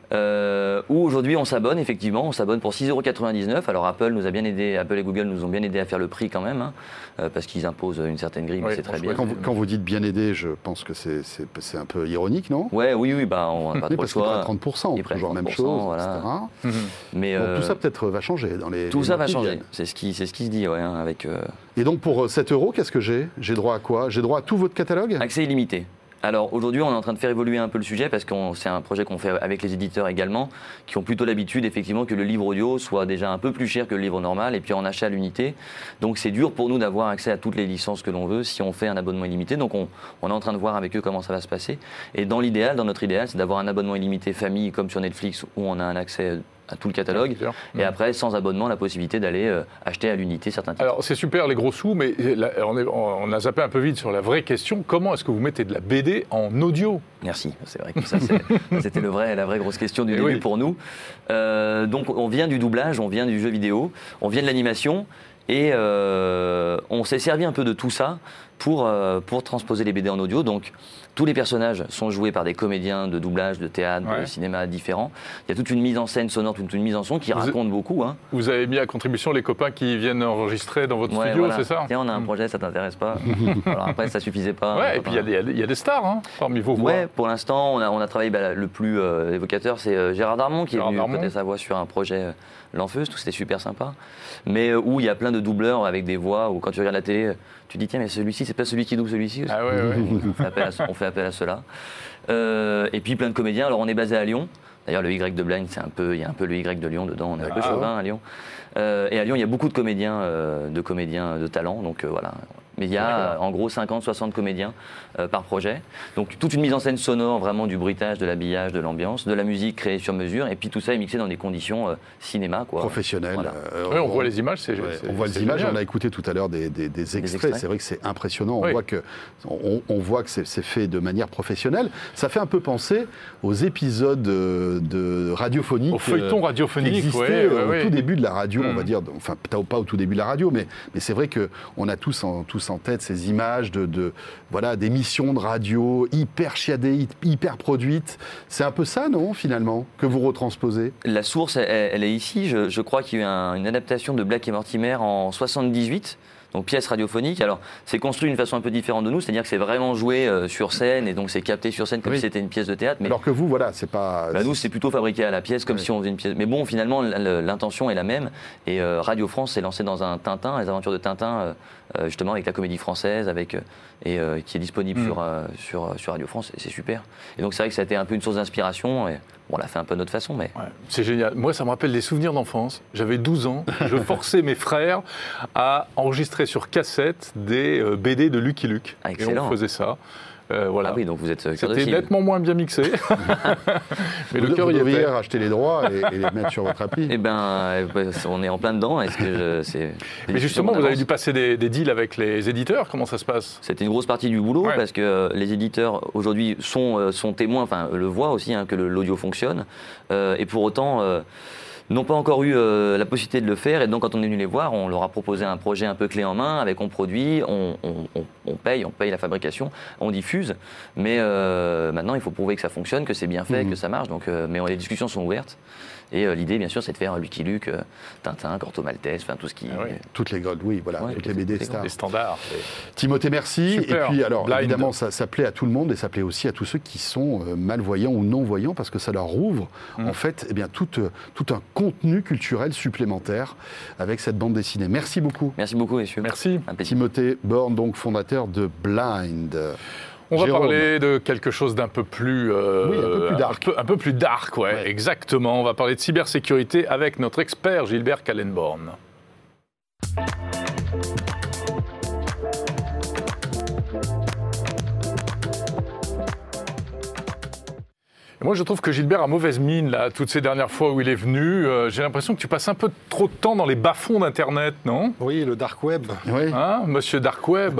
Euh, où aujourd'hui on s'abonne, effectivement, on s'abonne pour six euros quatre-vingt-dix-neuf. Alors Apple nous a bien aidé, Apple et Google nous ont bien aidé à faire le prix quand même, hein, euh, parce qu'ils imposent une certaine grille, mais Ouais, c'est très franchement, bien. Quand vous, quand vous dites bien aidé, je pense que c'est c'est- c'est un peu ironique, non? Ouais, oui, oui, bah, on n'a pas Oui, trop le parce qu'ils prennent choix. trente pour cent, Ils prennent toujours la même trente pour cent, chose, voilà. et cetera. Mhm. Mais, Donc, euh, tout ça peut-être va changer dans les. tout les ça mois va qui changer. viennent. C'est ce qui, c'est ce qui se dit, ouais, hein, avec euh, Et donc pour euh, sept euros, qu'est-ce que j'ai? J'ai droit à quoi? J'ai droit à tout votre catalogue? accès illimité. Alors aujourd'hui, on est en train de faire évoluer un peu le sujet parce que c'est un projet qu'on fait avec les éditeurs également, qui ont plutôt l'habitude effectivement que le livre audio soit déjà un peu plus cher que le livre normal et puis en achat à l'unité. Donc c'est dur pour nous d'avoir accès à toutes les licences que l'on veut si on fait un abonnement illimité. Donc on, on est en train de voir avec eux comment ça va se passer. Et dans l'idéal, dans notre idéal, c'est d'avoir un abonnement illimité famille comme sur Netflix où on a un accès à tout le catalogue. Bien sûr. Et après, sans abonnement, la possibilité d'aller euh, acheter à l'unité certains titres. Alors c'est super les gros sous, mais là, on, est- on a zappé un peu vite sur la vraie question. Comment est-ce que vous mettez de la B D en audio? Merci, c'est vrai que ça, c'est- c'était le vrai, la vraie grosse question du Eh début oui. pour nous. Euh, donc on vient du doublage, on vient du jeu vidéo, on vient de l'animation et euh, on s'est servi un peu de tout ça pour, euh, pour transposer les B D en audio. Donc tous les personnages sont joués par des comédiens de doublage, de théâtre, Ouais. de cinéma différents. Il y a toute une mise en scène sonore, toute une mise en son qui Vous- raconte beaucoup. Hein. Vous avez mis à contribution les copains qui viennent enregistrer dans votre Ouais, studio, voilà. c'est ça? Tiens, on a un projet, ça t'intéresse pas? Alors après, ça suffisait pas. Ouais, et puis il y a des- il y, a des stars hein, parmi vos voix. Ouais, pour l'instant, on a, on a travaillé, bah, le plus euh, évocateur, c'est euh, Gérard Darmon qui Gérard est venu Darmon. prêter sa voix sur un projet euh, L'Enfeuse, tout c'était super sympa. Mais euh, où il y a plein de doubleurs avec des voix, où quand tu regardes la télé, euh, tu te dis tiens, mais celui-ci, c'est pas celui qui double celui-ci. Ah ouais, ouais. On fait appel à, ce- on fait appel à cela. Euh, et puis plein de comédiens. Alors on est basé à Lyon. D'ailleurs, le Y de Blind, c'est un peu, il y a un peu le Y de Lyon dedans. On est un peu Ah. chauvin à Lyon. Euh, et à Lyon, il y a beaucoup de comédiens, euh, de comédiens de talent. Donc euh, voilà. Mais il y a D'accord. en gros cinquante soixante comédiens euh, par projet. Donc toute une mise en scène sonore, vraiment du bruitage, de l'habillage, de l'ambiance, de la musique créée sur mesure. Et puis tout ça est mixé dans des conditions euh, cinéma, quoi. Professionnel. Voilà. euh, Ouais, on voit les images, c'est Ouais, c'est- on voit les c'est images, génial. on a écouté tout à l'heure des, des- des extraits. extraits. C'est vrai que c'est impressionnant. On Oui. voit que, on, on voit que c'est c'est fait de manière professionnelle. Ça fait un peu penser aux épisodes euh, de radiophoniques. Au feuilleton euh, radiophonique, qui existaient ouais, ouais, euh, au ouais. tout début de la radio, on Mm. va dire. Enfin, peut-être pas au tout début de la radio, mais, mais c'est vrai qu'on a tous en, tous en tête ces images de, de voilà, d'émissions de radio hyper chiadées, hyper produites. C'est un peu ça, non, finalement, que vous retransposez? La source, elle, elle est ici. Je, je crois qu'il y a eu un- une adaptation de Black et Mortimer en soixante-dix-huit. donc pièce radiophonique. Alors c'est construit d'une façon un peu différente de nous, c'est-à-dire que c'est vraiment joué euh, sur scène et donc c'est capté sur scène comme Oui. si c'était une pièce de théâtre. Mais Alors que vous, voilà, c'est pas... bah, nous c'est plutôt fabriqué à la pièce comme Oui. si on faisait une pièce. Mais bon, finalement l'intention est la même et euh, Radio France s'est lancé dans un Tintin, les aventures de Tintin, euh, euh, justement avec la Comédie Française, avec euh, et euh, qui est disponible Mm. sur, euh, sur sur Radio France et c'est super. Et donc c'est vrai que ça a été un peu une source d'inspiration et bon, on l'a fait un peu de notre façon, mais Ouais, c'est génial. Moi, ça me rappelle des souvenirs d'enfance. J'avais douze ans. Je forçais mes frères à enregistrer sur cassette des euh, B D de Lucky Luke. Ah, et excellent. on faisait ça. Euh, voilà. ah oui, donc vous êtes cœur de C'était cible. nettement moins bien mixé. Mais vous, le cœur vous y devriez était. racheter les droits et, et les mettre sur votre appli. Eh ben, euh, on est en plein dedans. Est-ce que je, c'est Mais justement, vous avez dû passer des, des deals avec les éditeurs. Comment ça se passe? C'était une grosse partie du boulot Ouais. parce que euh, les éditeurs aujourd'hui sont, euh, sont témoins, enfin le voient aussi hein, que le- l'audio fonctionne euh, et pour autant euh, n'ont pas encore eu euh, la possibilité de le faire et donc quand on est venu les voir, on leur a proposé un projet un peu clé en main avec on produit, on, on- on- on paye, on paye la fabrication, on diffuse, mais euh, maintenant il faut prouver que ça fonctionne, que c'est bien fait, Mhm. que ça marche. Donc, euh, mais on- les discussions sont ouvertes et euh, l'idée bien sûr c'est de faire Lucky Luke, euh, Tintin, Corto Maltese, enfin tout ce qui. Ah oui. Toutes les gold, oui, voilà, Ouais, toutes les- les B D les stars. Les standards. Timothée, merci. Super. Et puis, alors, Blind. évidemment, ça, ça plaît à tout le monde et ça plaît aussi à tous ceux qui sont euh, malvoyants ou non-voyants parce que ça leur ouvre, Mm. en fait, eh bien, tout, euh, tout un contenu culturel supplémentaire avec cette bande dessinée. Merci beaucoup. Merci beaucoup messieurs. Merci. Un plaisir. Timothée Borne, donc fondateur de Blind. On va Jérôme. parler de quelque chose d'un peu plus... euh, Oui, un peu plus dark. Un peu, un peu plus dark, ouais, Ouais. exactement. On va parler de cybersécurité avec notre expert Gilbert Kallenborn. Et moi, je trouve que Gilbert a mauvaise mine, là, toutes ces dernières fois où il est venu. Euh, J'ai l'impression que tu passes un peu trop de temps dans les bas-fonds d'Internet, non? Oui, le dark web. Oui, Hein, monsieur Dark Web?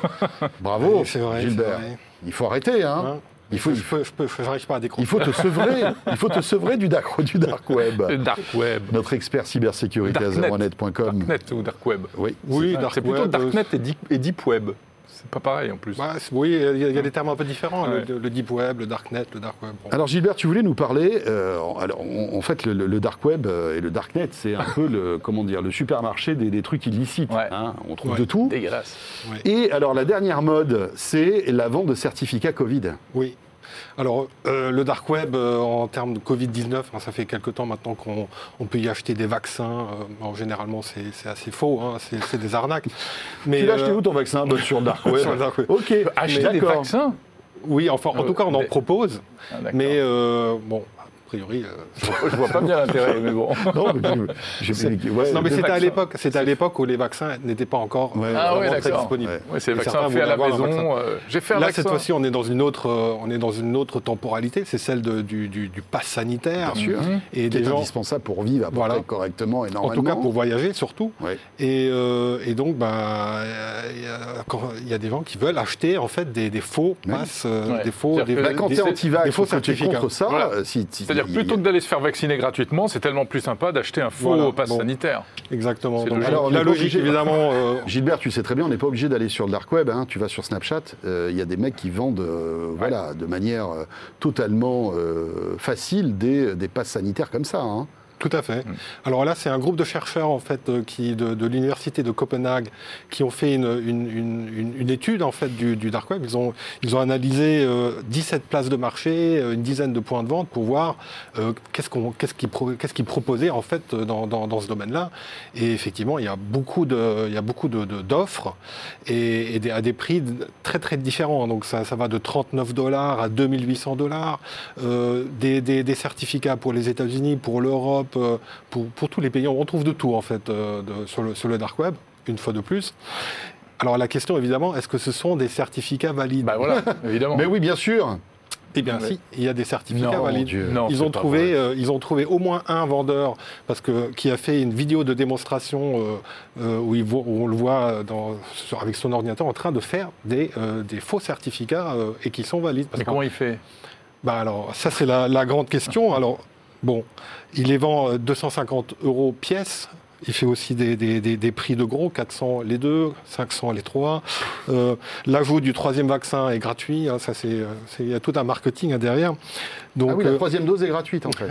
bravo, Oui, c'est vrai, Gilbert. c'est vrai. Il faut arrêter, hein. Hein Il faut, je il faut, peux, je peux, je n'arrive pas à décrocher. il faut te sevrer. Il faut te sevrer du dark, du dark web. Le Dark Web. Notre expert cybersécurité à Darknet. zéro net point com. Darknet ou Dark Web? Oui. Oui, Ouais, dark c'est plutôt web. Darknet et Deep, et Deep Web. C'est pas pareil en plus. Bah, c'est- oui, il y, a- il y a des termes un peu différents. Ouais. Le, le deep web, le darknet, le dark web. Bon. Alors Gilbert, tu voulais nous parler. euh, alors, on- en fait, le, le dark web euh, et le darknet, c'est un peu le comment dire le supermarché des, des trucs illicites. Ouais. hein. On trouve Ouais. de tout. Dégueulasse. Et alors la dernière mode, c'est la vente de certificats Covid. Oui. Alors, euh, le dark web, euh, en termes de covid dix-neuf, hein, ça fait quelque temps maintenant qu'on on peut y acheter des vaccins. Euh, bon, généralement, c'est c'est assez faux, hein, c'est c'est des arnaques. Mais, tu l'as acheté euh, où ton vaccin? Bah, sur le dark web. sur le dark web. Ok. Acheter Mais des d'accord. vaccins? Oui, enfin, en Euh, tout cas, on en des- propose. Ah, d'accord. Mais euh, bon, a priori. euh, Je vois pas bien l'intérêt, mais bon. Non, mais j'ai- j'ai- ouais, non, mais des c'était à vaccins. l'époque. C'était à l'époque où les vaccins n'étaient pas encore Ouais. euh, Ah vraiment ouais, très d'accord. disponibles. Ouais. Ouais, c'est le Et vaccin certains fait à la voulaient avoir un maison. euh, J'ai fait un Là, vaccin. cette fois-ci, on est dans une autre, euh, on est dans une autre temporalité. C'est celle de- du, du, du pass sanitaire. Bien sûr. Mhm. Et Qui est des gens, indispensable pour vivre à peu Voilà. près correctement et en normalement. tout cas pour voyager surtout. Ouais. Et, euh, et donc, bah, euh, il y a- quand- il y a des gens qui veulent acheter en fait des, des faux Oui. passes, euh, Ouais. des faux, C'est-à-dire des, que Bah, quand des- t'es des anti-vax, faux ou que tu es certificats. contre ça, Voilà. euh, si, si- C'est-à-dire il y a- plutôt que d'aller se faire vacciner gratuitement, c'est tellement plus sympa d'acheter un faux Voilà, pass bon. sanitaire. Exactement. C'est Donc, logique. alors, On est la pas logique, obligé- évidemment. euh, Gilbert, tu sais très bien, on n'est pas obligé d'aller sur le dark web. hein. Tu vas sur Snapchat, euh, il y a des mecs qui vendent, euh, voilà, de manière euh, totalement euh, facile des, des passes sanitaires comme ça. hein. Tout à fait. Mm. Alors là, c'est un groupe de chercheurs en fait euh, qui de, de l'université de Copenhague qui ont fait une, une, une- une- une étude en fait du, du dark web. Ils ont ils ont analysé euh, dix-sept places de marché, euh, une dizaine de points de vente pour voir euh, qu'est-ce qu'on qu'est-ce qu'ils pro- qu'est-ce qu'ils proposaient en fait euh, dans, dans, dans ce domaine-là. Et effectivement, il y a beaucoup de il y a beaucoup de, de- d'offres et, et des, à des prix très très différents. Donc ça ça va de trente-neuf dollars à deux mille huit cents dollars. Euh, des, des, des certificats pour les États-Unis, pour l'Europe. Euh, Pour, pour tous les pays, on trouve de tout en fait euh, de- sur, le, sur le dark web, une fois de plus. Alors la question évidemment, est-ce que ce sont des certificats valides? Bah voilà, évidemment. Mais oui, bien sûr. Eh bien Ouais. si, il y a des certificats Non, valides. Dieu. Non, Ils c'est ont, pas trouvé, vrai. euh, ils ont trouvé au moins un vendeur parce que, qui a fait une vidéo de démonstration euh, euh, où, il voit- où on le voit dans, sur- avec son ordinateur en train de faire des, euh, des faux certificats euh, et qui sont valides. Parce Mais qu'en- comment il fait? Bah alors, ça c'est la, la grande question. Alors, bon, il les vend euh, deux cent cinquante euros pièce. Il fait aussi des, des- des- des prix de gros, quatre cents les deux, cinq cents les trois. Euh, L'ajout du troisième vaccin est gratuit. hein, ça c'est, euh, c'est- il y a tout un marketing hein, derrière. Donc, ah oui, la euh, troisième dose est gratuite en fait.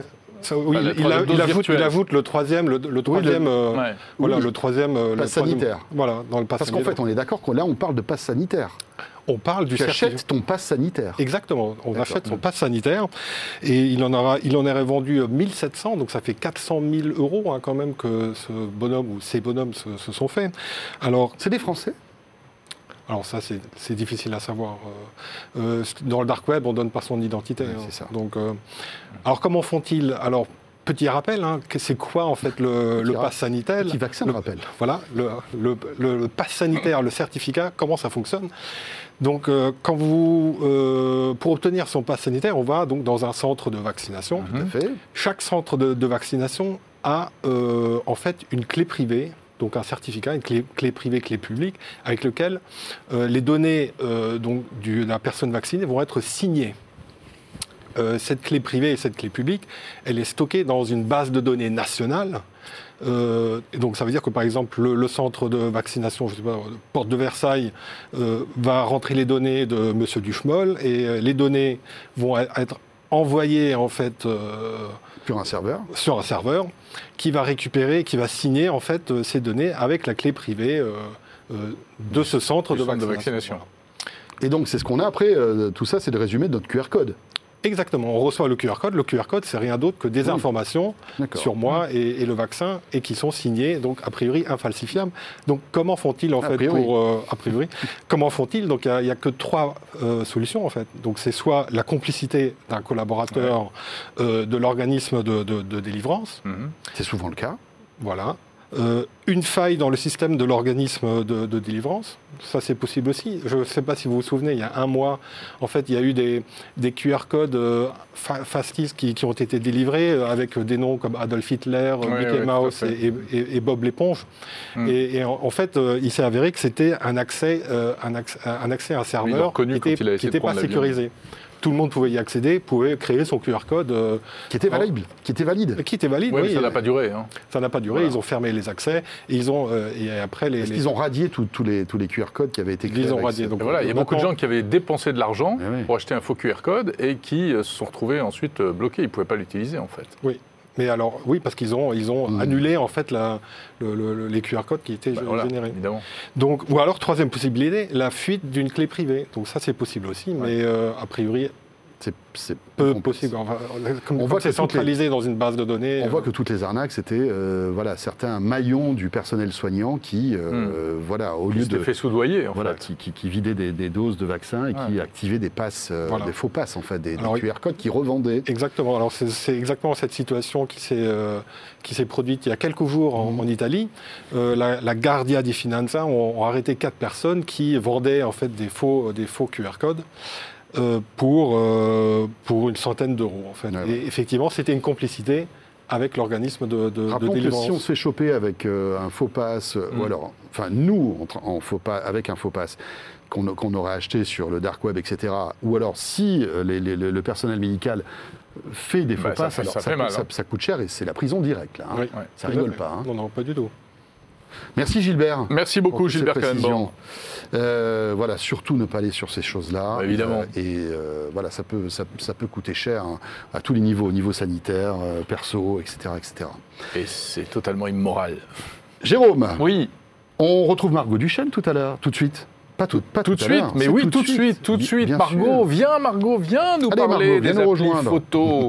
Ça, oui, Enfin, il, la il a- dose il ajoute, virtuelle. il ajoute le troisième, le, le troisième, euh, Ouais. voilà, Oui. le troisième, euh, le Pass troisième- sanitaire. Voilà, dans le pass Parce qu'en sanitaire. fait, on est d'accord que là, on parle de passe sanitaire. on parle du Tu certificat. achètes ton passe sanitaire. Exactement, on D'accord. achète son pass sanitaire et il en, aura, il en aurait vendu mille sept cents, donc ça fait quatre cent mille euros hein, quand même que ce bonhomme ou ces bonhommes se, se sont faits. Alors, C'est des Français. alors ça c'est c'est difficile à savoir. Euh, euh, dans le dark web, on donne pas son identité. Ouais, hein. c'est ça. Donc, euh, alors comment font-ils? Alors petit rappel, hein, que c'est quoi en fait le, Petit le ra- pass sanitaire? Petit vaccin, le, le rappel. Voilà, le, le, le- le pass sanitaire, le certificat, comment ça fonctionne? Donc, euh, quand vous, euh, pour obtenir son pass sanitaire, on va donc dans un centre de vaccination. Tout à fait. Chaque centre de, de vaccination a euh, en fait une clé privée, donc un certificat, une clé, clé privée, clé publique, avec lequel euh, les données euh, donc, du- de la personne vaccinée vont être signées. Euh, cette clé privée et cette clé publique, elle est stockée dans une base de données nationale. Euh, et donc ça veut dire que par exemple le, le centre de vaccination, je sais pas, Porte de Versailles, euh, va rentrer les données de Monsieur Duchemol et euh, les données vont être envoyées en fait euh, Sur un serveur. sur un serveur qui va récupérer, qui va signer en fait euh, ces données avec la clé privée euh, euh, de ce centre, Du de, centre de vaccination. vaccination. Voilà. Et donc, c'est ce qu'on a après. euh, tout ça, c'est le résumé de notre Q R code. Exactement, on reçoit le Q R code. Le Q R code, c'est rien d'autre que des Oui. informations D'accord. sur moi et, et le vaccin, et qui sont signées, donc a priori infalsifiables. Donc comment font-ils en A fait priori. pour euh, a priori Comment font-ils Donc il n'y a, a que trois euh, solutions en fait. Donc c'est soit la complicité d'un collaborateur euh, de l'organisme de, de- de délivrance, Mhm. C'est souvent le cas. voilà. Euh, une faille dans le système de l'organisme de, de délivrance, ça c'est possible aussi. Je ne sais pas si vous vous souvenez, il y a un mois, en fait, il y a eu des, des Q R codes euh, fa- fascistes qui, qui ont été délivrés euh, avec des noms comme Adolf Hitler, Oui, Mickey oui, tout à Mouse fait. et, et- et Bob l'éponge. Mm. Et, et en, en fait, euh, il s'est avéré que c'était un accès, euh, un, accès, un accès à un l'ont serveur reconnu qui quand n'était il a essayé de pas prendre l'avion. sécurisé. Tout le monde pouvait y accéder, pouvait créer son Q R code euh, Qui était valide. Qui était valide. qui était valide. Oui, mais oui. ça n'a pas duré. Hein. Ça n'a pas duré, Voilà. ils ont fermé les accès, et ils ont, euh, et après les... Est-ce les- qu'ils ont radié tous tous les, tous les Q R codes qui avaient été créés Ils ont avec radié, ce- donc- Et voilà, il y a beaucoup de maintenant- gens qui avaient dépensé de l'argent Eh oui. pour acheter un faux Q R code et qui euh, se sont retrouvés ensuite euh, bloqués. Ils ne pouvaient pas l'utiliser en fait. Oui, mais alors, oui, parce qu'ils ont, ils ont Mm. annulé en fait la, le- le- les Q R codes qui étaient Bah, gé- voilà, générés. évidemment. Donc, ou alors, troisième possibilité, la fuite d'une clé privée. Donc ça, c'est possible aussi, mais euh, a priori, C'est c'est peu complexe. possible. Enfin, comme, On comme voit c'est que toutes les- centralisé dans une base de données. On voit euh, que toutes les arnaques, c'était euh, voilà, certains maillons du personnel soignant qui, euh, voilà, au Ils lieu s'étaient de. fait soudoyer en Voilà, fait. qui, qui, qui vidaient des, des doses de vaccins et qui Ouais. activaient des passes, euh, Voilà. des faux passes en fait, des, des Alors, Q R codes qui revendaient. Exactement. Alors c'est c'est exactement cette situation qui s'est euh, qui s'est produite il y a quelques jours en, Mhm. en Italie. Euh, la, la Guardia di Finanza ont, ont arrêté quatre personnes qui vendaient en fait des faux des faux Q R codes. euh, pour, euh, pour une centaine d'euros en fait. Ouais, ouais. Et effectivement, c'était une complicité avec l'organisme de, de, de Rappelons que délivrance. si on se fait choper avec euh, un faux pass, euh, Mm. ou alors, enfin nous, en, tra- en faux pas, avec un faux pass qu'on qu'on aurait acheté sur le dark web, et cetera, ou alors si euh, les- les- le, le personnel médical fait des faux Bah, ça passes, fait- alors ça ça, fait mal, ça- hein. ça coûte cher et c'est la prison directe. Là, hein. Oui. Ouais. Ça Tout à rigole fait. pas. hein. Non, non, pas du tout. Merci Gilbert. Merci pour beaucoup toutes ces Gilbert précisions. Kahenborn. Euh, voilà, surtout ne pas aller sur ces choses-là. Bah, évidemment. Euh, et euh, voilà, ça peut, ça, ça peut coûter cher hein, à tous les niveaux, au niveau sanitaire, euh, perso, et cetera, et cetera. Et c'est totalement immoral. Jérôme, Oui, on retrouve Margot Duchesne tout à l'heure, tout de suite. Pas tout, pas tout de à suite. l'heure, Mais c'est oui, tout de suite, tout de Bi- suite. bien Margot, sûr. viens Margot, viens nous Allez, parler Margot, viens des nous applis rejoindre. photos.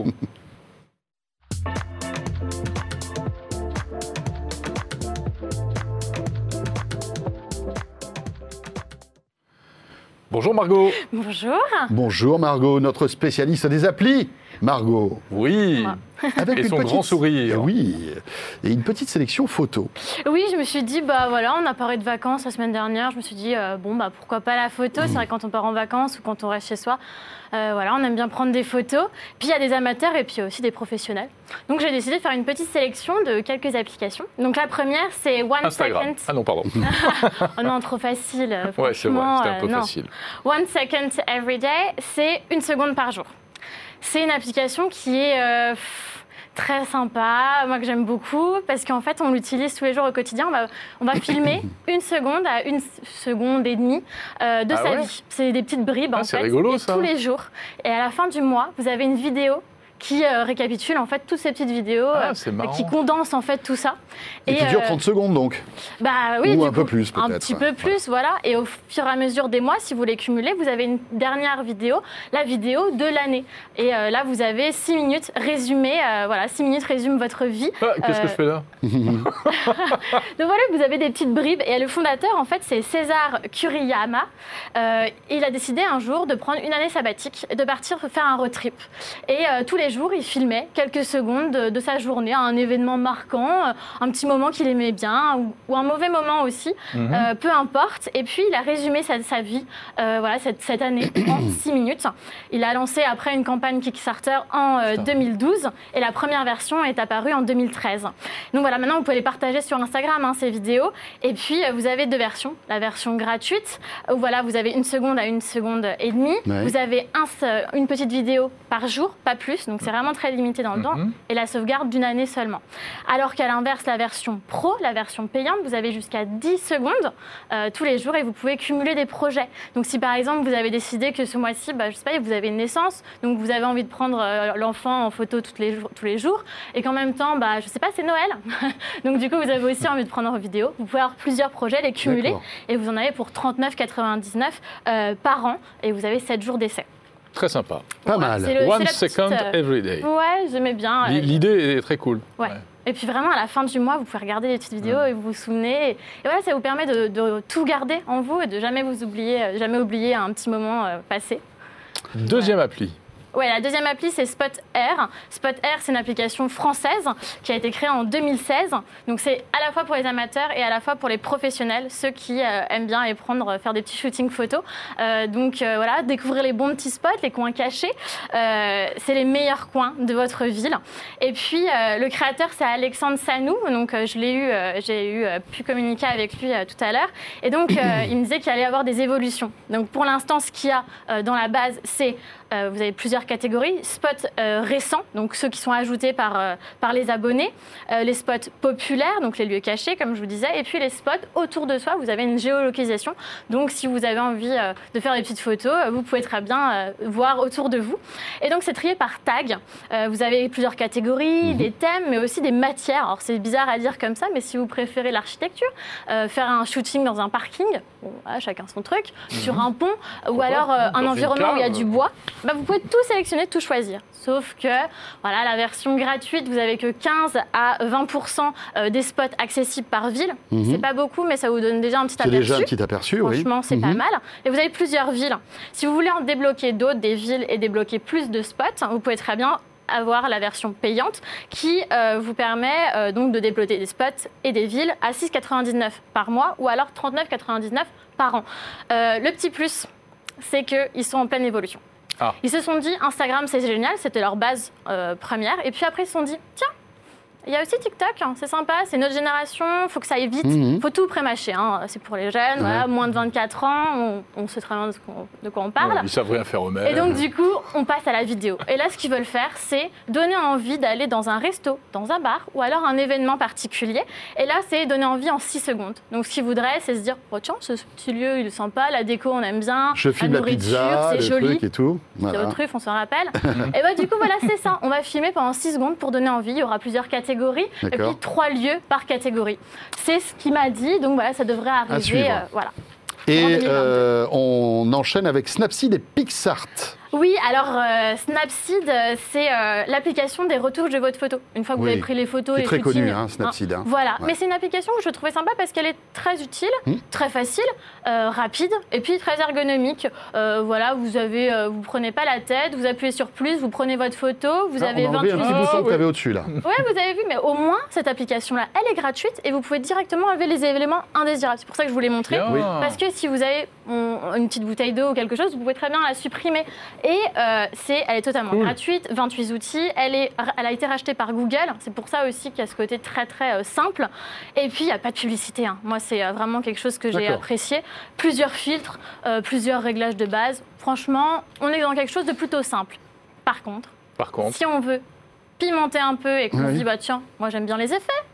Bonjour Margot. Bonjour. Bonjour Margot, notre spécialiste des applis. Margot, Oui. avec Et une son petite... grand sourire. Eh oui, et une petite sélection photo. Oui, je me suis dit, bah voilà, on a parlé de vacances la semaine dernière. Je me suis dit, euh, bon, bah pourquoi pas la photo. C'est vrai, quand on part en vacances ou quand on reste chez soi, euh, voilà, on aime bien prendre des photos. Puis il y a des amateurs et puis aussi des professionnels. Donc j'ai décidé de faire une petite sélection de quelques applications. Donc la première, c'est One Instagram. Second. Ah non, pardon. Oh non, trop facile. euh, Ouais, c'est vrai, franchement, c'était un peu euh, non. facile. One Second Every Day, c'est une seconde par jour. C'est une application qui est euh, pff, très sympa, moi que j'aime beaucoup, parce qu'en fait, on l'utilise tous les jours au quotidien. On va, on va filmer une seconde à une seconde et demie euh, de Ah sa ouais vie. C'est des petites bribes, Ah, en c'est fait, rigolo, et ça. tous les jours. Et à la fin du mois, vous avez une vidéo qui euh, récapitule en fait toutes ces petites vidéos, Ah, euh, c'est marrant. qui condensent en fait tout ça. Et, qui dure euh, trente secondes donc. Bah oui, Ou du un peu coup, plus, un peut-être. petit peu plus, voilà. Et au fur et à mesure des mois, si vous les cumulez, vous avez une dernière vidéo, la vidéo de l'année. Et euh, là, vous avez six minutes résumé, euh, voilà, six minutes résument votre vie. Ah, qu'est-ce Euh, que je fais là? Donc voilà, vous avez des petites bribes. Et le fondateur, en fait, c'est César Kuriyama. Euh, il a décidé un jour de prendre une année sabbatique et de partir faire un road trip. Et euh, tous les jours, il filmait quelques secondes de, de sa journée, un événement marquant, euh, un petit moment qu'il aimait bien ou, ou un mauvais moment aussi, Mhm. euh, peu importe. Et puis, il a résumé sa, sa vie, euh, voilà, cette, cette année en six minutes. Il a lancé après une campagne Kickstarter en euh, Putain. deux mille douze et la première version est apparue en deux mille treize. Donc voilà, maintenant, vous pouvez les partager sur Instagram, hein, ces vidéos. Et puis, euh, vous avez deux versions. La version gratuite, où voilà, vous avez une seconde à une seconde et demie. Ouais. Vous avez un, seul- une petite vidéo par jour, pas plus. Donc, c'est vraiment très limité dans le temps. Mhm. Et la sauvegarde d'une année seulement. Alors qu'à l'inverse, la version pro, la version payante, vous avez jusqu'à dix secondes euh, tous les jours et vous pouvez cumuler des projets. Donc, si par exemple, vous avez décidé que ce mois-ci, bah, je sais pas, vous avez une naissance, donc vous avez envie de prendre euh, l'enfant en photo toutes les jours, tous les jours, et qu'en même temps, bah, je sais pas, c'est Noël. Donc, du coup, vous avez aussi envie de prendre en vidéo. Vous pouvez avoir plusieurs projets, les cumuler, D'accord. et vous en avez pour trente-neuf virgule quatre-vingt-dix-neuf euh, par an, et vous avez sept jours d'essai. Très sympa. Pas Voilà, mal. c'est le- c'est One la petite, second euh, every day. Ouais, j'aimais bien. euh, L- L'idée est très cool. Ouais. Et puis vraiment, à la fin du mois, vous pouvez regarder les petites vidéos et vous vous souvenez. Et, et voilà, ça vous permet de, de tout garder en vous et de jamais vous oublier, euh, jamais oublier un petit moment euh, passé. Deuxième appli. Ouais, la deuxième appli, c'est Spot Air. Spot Air, c'est une application française qui a été créée en deux mille seize. Donc, c'est à la fois pour les amateurs et à la fois pour les professionnels, ceux qui euh, aiment bien aller prendre, euh, faire des petits shootings photos. Euh, donc, euh, voilà, découvrir les bons petits spots, les coins cachés. Euh, c'est les meilleurs coins de votre ville. Et puis, euh, le créateur, c'est Alexandre Sanou. Donc, euh, je l'ai eu, euh, j'ai eu euh, pu communiquer avec lui euh, tout à l'heure. Et donc, euh, il me disait qu'il allait y avoir des évolutions. Donc, pour l'instant, ce qu'il y a euh, dans la base, c'est Euh, vous avez plusieurs catégories. Spots euh, récents, donc ceux qui sont ajoutés par, euh, par les abonnés. Euh, les spots populaires, donc les lieux cachés, comme je vous disais. Et puis les spots autour de soi, vous avez une géolocalisation. Donc si vous avez envie euh, de faire des petites photos, euh, vous pouvez très bien euh, voir autour de vous. Et donc c'est trié par tag. Euh, vous avez plusieurs catégories, Mhm. des thèmes, mais aussi des matières. Alors c'est bizarre à dire comme ça, mais si vous préférez l'architecture, euh, faire un shooting dans un parking, bon, voilà, chacun son truc, sur un pont, ou pas alors euh, Dans un une environnement où il y a cave. du bois, bah, vous pouvez tout sélectionner, tout choisir. Sauf que voilà, la version gratuite, vous n'avez que quinze à vingt pour cent des spots accessibles par ville. Mhm. C'est pas beaucoup, mais ça vous donne déjà un petit C'est aperçu. déjà un petit aperçu, oui. Franchement, c'est pas Mhm. mal. Et vous avez plusieurs villes. Si vous voulez en débloquer d'autres, des villes, et débloquer plus de spots, vous pouvez très bien avoir la version payante qui euh, vous permet euh, donc de débloquer des spots et des villes à six virgule quatre-vingt-dix-neuf par mois ou alors trente-neuf virgule quatre-vingt-dix-neuf par an. Euh, le petit plus, c'est qu'ils sont en pleine évolution. Ah. Ils se sont dit, Instagram, c'est génial, c'était leur base euh, première. Et puis après, ils se sont dit, tiens, il y a aussi TikTok, hein, c'est sympa, c'est notre génération, il faut que ça aille vite, il Mhm. faut tout pré-mâcher. Hein, c'est pour les jeunes, voilà, moins de vingt-quatre ans, on, on sait très bien de, ce qu'on- de quoi on parle. Ouais, ils savent rien faire eux-mêmes. Et donc, du coup, on passe à la vidéo. Et là, ce qu'ils veulent faire, c'est donner envie d'aller dans un resto, dans un bar, ou alors un événement particulier. Et là, c'est donner envie en six secondes. Donc, ce qu'ils voudraient, c'est se dire, oh, tiens, ce petit lieu, il est sympa, la déco, on aime bien, Je filme la nourriture, pizza, c'est le joli. truc et tout. C'est Voilà. aux truffes, on s'en rappelle. Et bah, du coup, voilà, c'est ça. On va filmer pendant six secondes pour donner envie. Il y aura plusieurs catégories. Et D'accord. puis, trois lieux par catégorie. C'est ce qu'il m'a dit. Donc, voilà, ça devrait arriver. suivre. euh, voilà. En Et deux mille vingt-deux. euh, on enchaîne avec Snapseed et PixArt. Oui, alors euh, Snapseed, euh, c'est euh, l'application des retouches de votre photo. Une fois que vous Oui, avez pris les photos, qui est les très shootings, connu, hein, Snapseed, hein. Voilà, Ouais. mais c'est une application que je trouvais sympa parce qu'elle est très utile, Hmm. très facile, euh, rapide et puis très ergonomique. Euh, voilà, vous avez, euh, vous prenez pas la tête, vous appuyez sur plus, vous prenez votre photo, vous Ah, avez on a enlevé un vingt-huit petit Ah, bouton que oui. tu avais au-dessus, là. Ouais, vous avez vu, mais au moins cette application-là, elle est gratuite et vous pouvez directement enlever les éléments indésirables. C'est pour ça que je vous l'ai montré. Bien. Oui. Parce que si vous avez on- une petite bouteille d'eau ou quelque chose, vous pouvez très bien la supprimer. Et euh, c'est, elle est totalement Cool. gratuite, vingt-huit outils. Elle, est, elle a été rachetée par Google. C'est pour ça aussi qu'il y a ce côté très très euh, simple. Et puis il n'y a pas de publicité. Hein. Moi, c'est euh, vraiment quelque chose que j'ai D'accord. apprécié. Plusieurs filtres, euh, plusieurs réglages de base. Franchement, on est dans quelque chose de plutôt simple. Par contre, Par contre, si on veut pimenter un peu et qu'on Oui. se dit, bah tiens, moi j'aime bien les effets,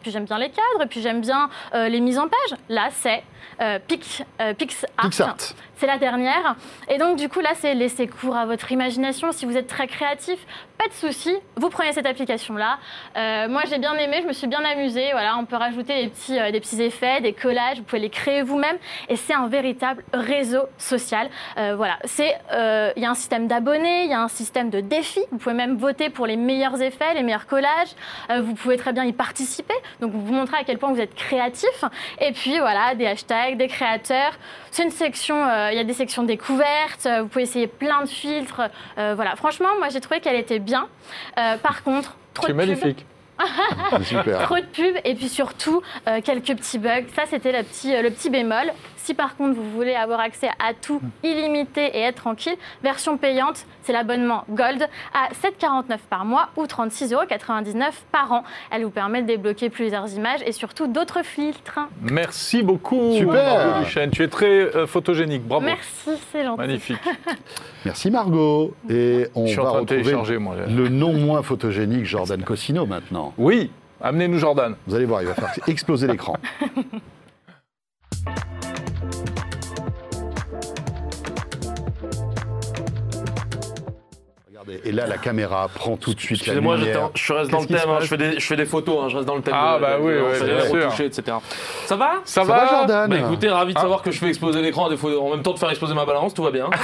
puis j'aime bien les cadres, puis j'aime bien euh, les mises en page. Là, c'est euh, Pix, euh, PixArt. PixArt. C'est la dernière. Et donc, du coup, là, c'est laisser cours à votre imagination. Si vous êtes très créatif, pas de souci, vous prenez cette application-là. Euh, moi, j'ai bien aimé, je me suis bien amusée. Voilà, on peut rajouter des petits, euh, des petits effets, des collages, vous pouvez les créer vous-même. Et c'est un véritable réseau social. Euh, voilà, c'est, euh, y a un système d'abonnés, il y a un système de défis. Vous pouvez même voter pour les meilleurs effets, les meilleurs collages. Euh, vous pouvez très bien y participer. Donc, vous montrez à quel point vous êtes créatif. Et puis, voilà, des hashtags, des créateurs. C'est une section, euh, il y a des sections découvertes. Vous pouvez essayer plein de filtres. Euh, voilà, franchement, moi, j'ai trouvé qu'elle était bien. Euh, par contre, trop C'est de magnifique. Super. Trop de pubs et puis surtout euh, quelques petits bugs. Ça, c'était le petit, le petit bémol. Si par contre vous voulez avoir accès à tout illimité et être tranquille, version payante, c'est l'abonnement Gold à sept euros quarante-neuf par mois ou trente-six euros quatre-vingt-dix-neuf par an. Elle vous permet de débloquer plusieurs images et surtout d'autres filtres. Merci beaucoup. Super. Margot Duchesne. Tu es très euh, photogénique. Bravo. Merci, c'est gentil. Magnifique. Merci Margot. Et on Je suis en va train de retrouver télécharger, moi. là. le non moins photogénique Jordan Cosino maintenant. Oui, amenez-nous Jordan. Vous allez voir, il va faire exploser l'écran. Regardez, et là la caméra prend tout de suite la Excusez-moi, lumière. j'étais en- je reste dans le Qu'est-ce qui thème, se hein, passe je, fais des, je fais des photos, hein, je reste dans le thème. Ah, de- bah de- oui, de- oui, de- bien de- sûr. retoucher, et cetera. Ça va Ça, Ça va Jordan? Bah écoutez, ravi de Ah. savoir que je fais exploser l'écran à défaut de- en même temps de faire exploser ma balance, tout va bien.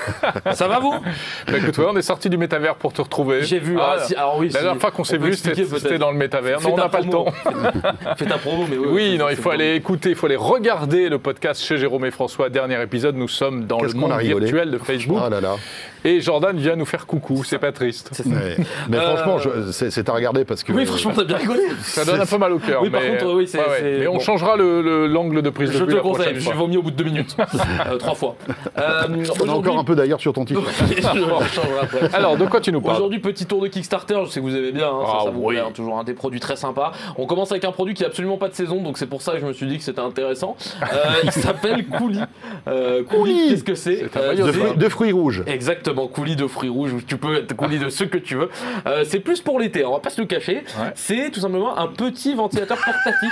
Ça va vous? Bah, écoute, ouais, on est sorti du métavers pour te retrouver. J'ai vu, Ah, ah, si- alors oui, la si- dernière fois qu'on on s'est peut vu, expliquer c'était c'était peut-être. dans le métavers. Fais Non, on ta n'a pas le temps. promo. Fais ta promo, mais oui. Oui, c'est- non, il c'est faut bon. aller écouter, il faut aller regarder le podcast chez Jérôme et François. Dernier épisode, nous sommes dans le Qu'est-ce qu'on a monde rigolé. virtuel de Facebook. Oh là là. Et Jordan vient nous faire coucou, c'est pas triste. Ouais. Mais Euh, franchement, je- c'est c'est à regarder parce que. Oui, franchement, t'as bien rigolé. Ça donne un peu mal au cœur. Oui, par mais, contre, oui, c'est- c'est- Mais on bon. changera le- le- l'angle de prise de Je vue te la conseille, prochaine j'ai fois. vomi au bout de deux minutes. Euh, trois fois. Euh, On a aujourd'hui- encore un peu d'ailleurs sur ton t-shirt. Je changerai après. Alors, de quoi tu nous parles? Aujourd'hui, petit tour de Kickstarter, je sais que vous aimez bien, hein, ça, Ah ça vous oui. plaît, hein, toujours un des produits très sympas. On commence avec un produit qui n'a absolument pas de saison, donc c'est pour ça que je me suis dit que c'était intéressant. Euh, il s'appelle Coulis. Euh, Coulis, Coulis. qu'est-ce que c'est C'est un maillot De c'est- fruits, de fruits rouges. Exactement, coulis de fruits rouges, tu peux être coulis de ce que tu veux. Euh, c'est plus pour l'été, on va pas se le cacher. Ouais. C'est tout simplement un petit ventilateur portatif.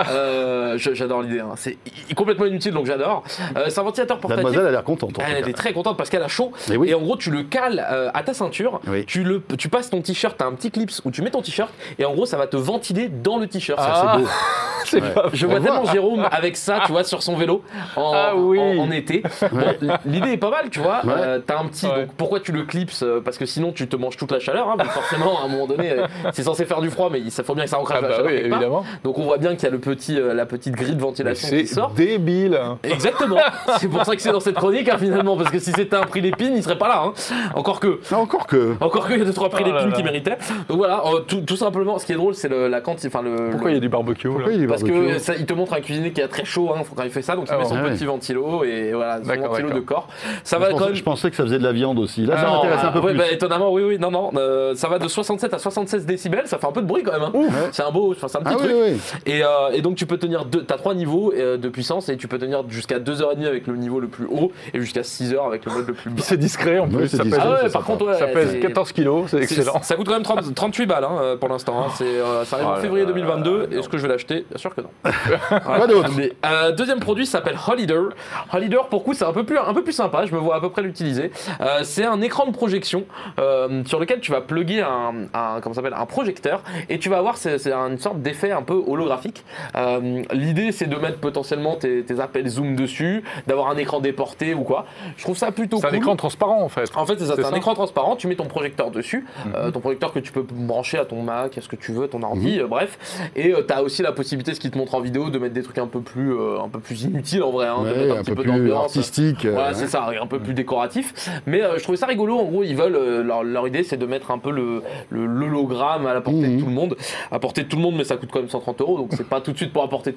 Euh, je- j'adore l'idée, hein. C'est i- complètement inutile donc j'adore. Euh, c'est un ventilateur portatif. Mademoiselle a l'air contente en Elle, tout elle cas. est très contente parce qu'elle a chaud. Et oui. Et en gros, tu le cales euh, à ta ceinture. Oui. Tu, le, tu passes ton t-shirt, tu as un petit clips où tu mets ton t-shirt. Et en gros, ça va te ventiler dans le t-shirt. Ça, Ah. c'est beau. C'est Ouais. pas Je On vois va tellement voir. Jérôme avec ça, tu vois, sur son vélo en, Ah oui. en, en été. Bon, l'idée est pas mal, tu vois. Ouais. Euh, t'as un petit. Ouais. Donc pourquoi tu le clips euh, Parce que sinon tu te manges toute la chaleur. Hein, mais forcément, à un moment donné, euh, c'est censé faire du froid, mais il faut bien que ça encrasse Ah la bah chaleur. oui, quelque part. évidemment. Donc on voit bien qu'il y a le petit, euh, la petite grille de Mais ventilation C'est qui sort. débile. Exactement. C'est pour ça que c'est dans cette chronique hein, finalement, parce que si c'était un prix d'épines, il serait pas là. Hein. Encore que. Ah, encore que. Encore qu'il y a deux trois prix Oh là d'épines là. qui méritaient. Donc voilà, euh, tout, tout simplement, ce qui est drôle, c'est le- la quantité. Enfin, le, Pourquoi il y a du barbecue là Pourquoi il est Parce barbecue que ça, il te montre un cuisinier qui a très chaud hein, quand il fait ça, donc il Ah met bon. son Ah petit ventilo et voilà, son D'accord, ventilo de d'accord. corps. Ça je, va pensais, quand même. je pensais que ça faisait de la viande aussi. Là, ça Non, m'intéresse un ah, peu ouais, plus. bah, étonnamment, oui, oui, non, non, euh, ça va de soixante-sept à soixante-seize décibels, ça fait un peu de bruit quand même. Hein. Ouais. C'est un beau, enfin, c'est un petit Ah oui, truc. oui. Et, euh, et donc tu peux tenir deux, t'as trois niveaux euh, de puissance et tu peux tenir jusqu'à deux heures trente avec le niveau le plus haut et jusqu'à six heures avec le mode le plus bas. C'est discret en Ouais, plus. c'est Ça pèse, discret. Ah ouais, c'est par sympa. contre, ouais, ça pèse c'est- quatorze kilos, c'est c'est- excellent. Ça coûte quand même trente, trente-huit balles hein, euh, pour l'instant. Hein. C'est, euh, ça arrive Oh en là février là deux mille vingt-deux. Est-ce que je vais l'acheter? Bien sûr que non. Quoi d'autre? Mais, euh, deuxième produit s'appelle Holiday. Holiday, pour coup, c'est un peu plus un peu plus sympa. Je me vois à peu près l'utiliser. Euh, c'est un écran de projection euh, sur lequel tu vas plugger un, un comment ça s'appelle un projecteur et tu vas avoir c'est, c'est une sorte d'effet un peu holographique. Euh, l'idée, c'est de mettre potentiellement tes, tes appels Zoom dessus, d'avoir un écran déporté ou quoi. Je trouve ça plutôt C'est un cool. écran transparent en fait. En fait, c'est ça, C'est c'est un ça. écran transparent, tu mets ton projecteur dessus, Mhm. euh, ton projecteur que tu peux brancher à ton Mac, à ce que tu veux, ton ordi, euh, bref. Et tu as aussi la possibilité, ce qui te montre en vidéo, de mettre des trucs un peu plus, euh, un peu plus inutiles en vrai, hein, de Ouais, mettre un, un petit peu peu plus d'ambiance. artistique. euh, Voilà, ouais. c'est ça, un peu plus décoratif. Mais euh, je trouvais ça rigolo. En gros, ils veulent, euh, leur, leur idée, c'est de mettre un peu le, le- l'hologramme à la portée Mhm. de tout le monde. À portée de tout le monde, mais ça coûte quand même cent trente euros, donc c'est pas tout de suite pour apporter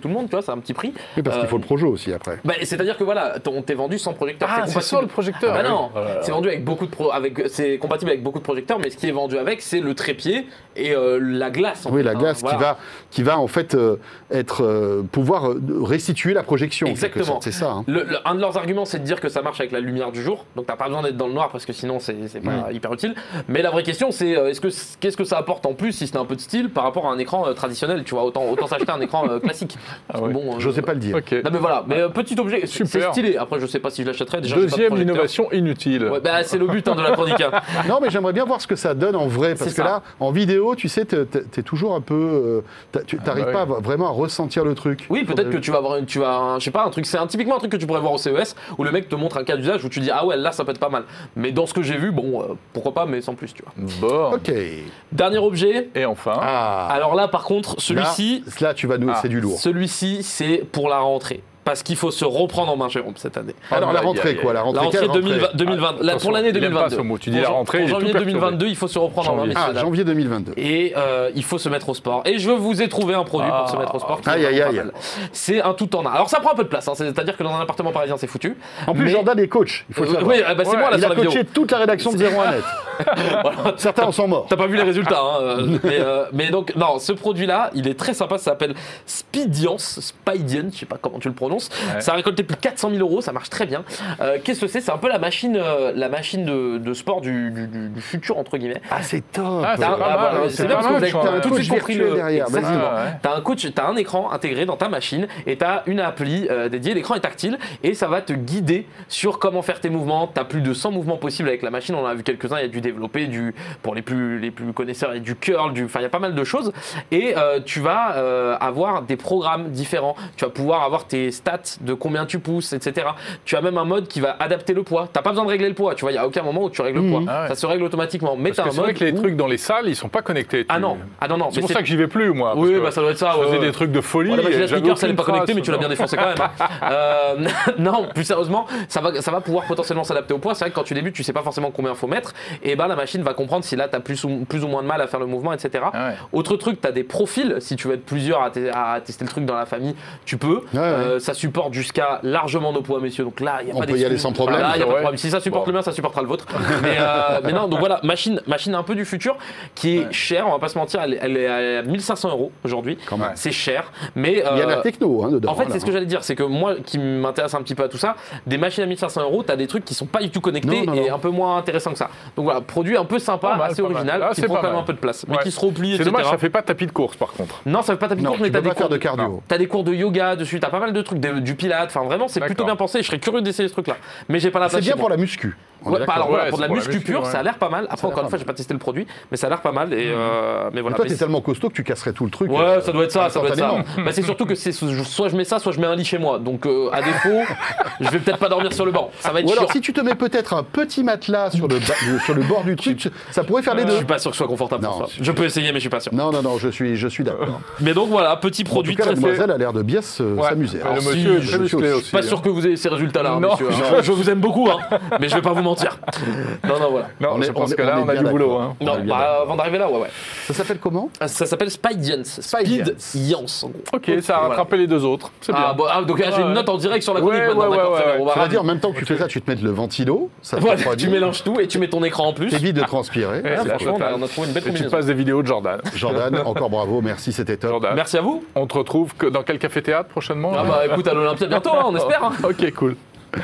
tout le monde, tu vois, c'est un petit prix. Oui, parce qu'il faut le projo aussi après. Bah, c'est-à-dire que voilà, ton- t'es vendu sans projecteur. Ah, c'est compatible. ça le projecteur. Bah oui. non, Voilà. c'est vendu avec beaucoup de pro, avec, c'est compatible avec beaucoup de projecteurs, mais ce qui est vendu avec, c'est le trépied et euh, la glace. En Oui, fait, la hein, glace voilà. qui va, qui va en fait euh, être, euh, pouvoir euh, restituer la projection. en quelque Exactement. sorte, C'est ça. hein. Le- le- un de leurs arguments, c'est de dire que ça marche avec la lumière du jour, donc t'as pas besoin d'être dans le noir parce que sinon c'est c'est pas hyper utile. Mais la vraie question, c'est euh, est-ce que qu'est-ce que ça apporte en plus si c'est un peu de style par rapport à un écran euh, traditionnel, tu vois, autant autant s'acheter un écran euh, classique. Ah ouais. Bon, euh, Je n'osais pas le dire. Ok. Non mais voilà, mais euh, petit objet, c'est c'est Super. stylé. Après, je sais pas si je l'achèterais. Déjà, j'ai pas de Deuxième projecteur. innovation inutile. Ouais, bah, c'est le but hein, de la chronique. hein. Non, mais j'aimerais bien voir ce que ça donne en vrai, parce C'est que ça. là, en vidéo, tu sais, t'es t'es toujours un peu, euh, t'as- tu n'arrives bah pas à- vraiment à ressentir le truc. Oui, peut-être que tu vas avoir, une, tu vas, un- je sais pas, un truc. C'est un, typiquement un truc que tu pourrais voir au C E S où le mec te montre un cas d'usage où tu dis ah ouais là ça peut être pas mal. Mais dans ce que j'ai vu, bon, euh, pourquoi pas, mais sans plus, tu vois. Bon. Ok. Dernier objet. Et enfin. Ah. Alors là, par contre, celui-ci, Là, là, tu vas nous, Ah. c'est du lourd. celui-ci, c'est pour la rentrée. Parce qu'il faut se reprendre en main, Jérôme, cette année. Alors la aïe, rentrée, aïe, quoi, la aïe. rentrée, La rentrée quelle deux mille vingt, deux mille vingt, la- Attention, pour l'année il aime deux mille vingt-deux. pas ce mot. Tu dis Pour la jan- rentrée, pour il est tout janvier deux mille perturbé. vingt-deux, il faut se reprendre en main, Janvier. messieurs, Ah, dames. janvier deux mille vingt-deux. Et euh, il faut se mettre au sport. Et je vous ai trouvé un produit pour se mettre au sport. qui est Aïe, aïe, vraiment aïe. pas mal. C'est un tout en un. Alors ça prend un peu de place, hein, c'est-à-dire que dans un appartement parisien, c'est foutu. En plus, Mais- Jordan est coach, il faut le Euh, savoir. oui, ah bah, c'est Ouais, moi là Il sur a la vidéo. coaché toute la rédaction de zéro un net. Voilà. Certains en sont morts. T'as pas vu les résultats, hein, euh, mais, euh, mais donc, non, ce produit-là, il est très sympa, ça s'appelle Spidiance, Spidian, je sais pas comment tu le prononces. Ouais. Ça a récolté plus de quatre cent mille euros, ça marche très bien. Euh, Qu'est-ce que c'est? C'est un peu la machine, euh, la machine de, de sport du, du- du- du futur, entre guillemets. Ah, c'est top. Ah, c'est T'as- pas ah, mal, voilà, hein, c'est c'est bien pas parce que mal, vous je avez crois. tout de coach suite compris virtuel le. derrière, vas-y. Exactement. Ah, ouais. T'as un coach, t'as un écran intégré dans ta machine et t'as une appli euh, dédiée. L'écran est tactile et ça va te guider sur comment faire tes mouvements. T'as plus de cent mouvements possibles avec la machine. On en a vu quelques-uns. Il y a du développé, du pour les plus les plus connaisseurs, il y a du curl, du. Enfin, il y a pas mal de choses. Et euh, tu vas euh, avoir des programmes différents. Tu vas pouvoir avoir tes stats de combien tu pousses, et cetera. Tu as même un mode qui va adapter le poids. T'as pas besoin de régler le poids. Tu vois, il y a aucun moment où tu règles le poids. Ah ouais. Ça se règle automatiquement. Mais Parce t'as que un c'est mode vrai que les où- trucs dans les salles, ils sont pas connectés. Ah Tu- non, ah non, non. C'est mais pour ça que j'y vais plus, moi. parce Oui, que bah ça doit être ça. Je ouais, faisais ouais. des trucs de folie. Ouais, la machine et à j'avais speaker, ça n'est aucune pas connectée, trace, mais tu l'as bien non. défoncé quand même. hein. Euh, non, plus sérieusement, ça va, ça va pouvoir potentiellement s'adapter au poids. C'est vrai que quand tu débutes, tu sais pas forcément combien il faut mettre. Et ben la machine va comprendre si là tu as plus ou, plus ou moins de mal à faire le mouvement, et cetera. Ah ouais. Autre truc, tu as des profils. Si tu veux être plusieurs à, te- à tester le truc dans la famille, tu peux. Ouais, ouais. Euh, ça supporte jusqu'à largement nos poids, messieurs. Donc là, il n'y a On pas peut y aller d'excuse. sans problème. Là, il y a pas de Ouais. problème. Si ça supporte Bon. le mien, ça supportera le vôtre. mais, euh, mais non, donc voilà, machine, machine un peu du futur qui est chère. On va pas se mentir, elle, est- elle est à mille cinq cents euros aujourd'hui. Quand même. C'est cher, mais Il y a de la euh, techno hein, dedans. en fait, hein, c'est ce que là. j'allais dire, c'est que moi qui m'intéresse un petit peu à tout ça, des machines à mille cinq cents euros, t'as des trucs qui sont pas du tout connectés Non, non, et non. un peu moins intéressants que ça. Donc voilà, produit un peu sympa, Pas mal, assez pas mal. original, Ah, qui c'est prend pas quand même mal. un peu de place, mais Ouais. qui se replie, et C'est cetera. dommage, ça fait pas de tapis de course, par contre. Non, ça fait pas tapis de Non, course, mais tu t'as peux des pas faire cours de cardio. T'as des cours de yoga dessus, t'as pas mal de trucs, de- du pilate, enfin vraiment, c'est plutôt D'accord. bien pensé. Je serais curieux d'essayer ce truc-là, mais j'ai pas la C'est place. bien chez pour moi. la muscu. On est Ouais, d'accord. bah alors voilà, Ouais, pour de c'est la pour la muscu muscu, pure, ouais. ça a l'air pas mal. Après, Ça a l'air encore une pas fois, j'ai pas testé le produit, mais ça a l'air pas mal. Et euh, mais Mais voilà. toi, Mais t'es c'est- tellement costaud que tu casserais tout le truc. Ouais, euh, ça doit être ça, ça doit être ça. instantanément. Bah, c'est surtout que c'est soit je mets ça, soit je mets un lit chez moi. Donc euh, à défaut, je vais peut-être pas dormir sur le banc. Ça va être Ou alors, chiant. si tu te mets peut-être un petit matelas sur le, bas- le- sur le bord du truc, ça pourrait faire les Je deux. suis pas sûr que ce soit confortable pour Non, ça. Je peux essayer, mais je suis pas sûr. Non, non, non, je suis, je suis d'accord. Mais donc voilà, petit En tout produit cas, la très demoiselle a l'air de bien se- Ouais. s'amuser. Le Alors, monsieur si, est je très suis musclé aussi. aussi. Pas sûr que vous ayez ces résultats-là, hein, Non. monsieur. hein. Je, je vous aime beaucoup, hein, mais je vais pas vous mentir. Non, non, voilà. Non, On est- je pense on est- que là, on est on a bien du boulot. d'accord. hein. Non, On est bien bah, avant d'arriver là, ouais, ouais. Ça s'appelle comment Ça s'appelle Spidiance. Spidiance. Spidiance, en gros. Ok, ça a Voilà. rattrapé les deux autres. C'est bien. Ah, bon, ah, donc là, j'ai Ouais, une ouais. note en direct sur la chronique Ouais, maintenant. ouais, D'accord, ouais, très bien, ouais. on va Ça veut ravi- dire en même temps que tu fais ça, tu te mets le ventilo, ça te Voilà, refroidit, tu mélanges tout et tu mets ton écran en plus. t'évites de transpirer. Ouais, Ah, c'est la franchement, on a, totale. on a trouvé une belle Et tu combinaison. passes des vidéos de Jordan. Jordan, encore bravo, merci, c'était top. Jordan. Merci à vous. On te retrouve que dans quel café-théâtre prochainement Ah bah écoute, à l'Olympia bientôt, hein, on espère. hein. Ok, cool.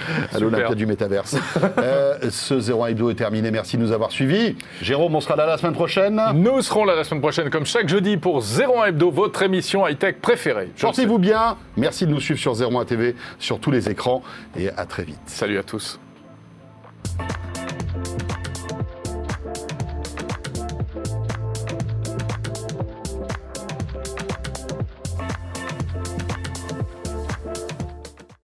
À l'Olympia du Métaverse. Euh, ce zéro un hebdo est terminé, merci de nous avoir suivis. Jérôme, on sera là la semaine prochaine. Nous serons là la semaine prochaine, comme chaque jeudi, pour zéro un Hebdo, votre émission high-tech préférée. Je le sais. Portez-vous bien, merci de nous suivre sur zéro un T V, sur tous les écrans, et à très vite. Salut à tous.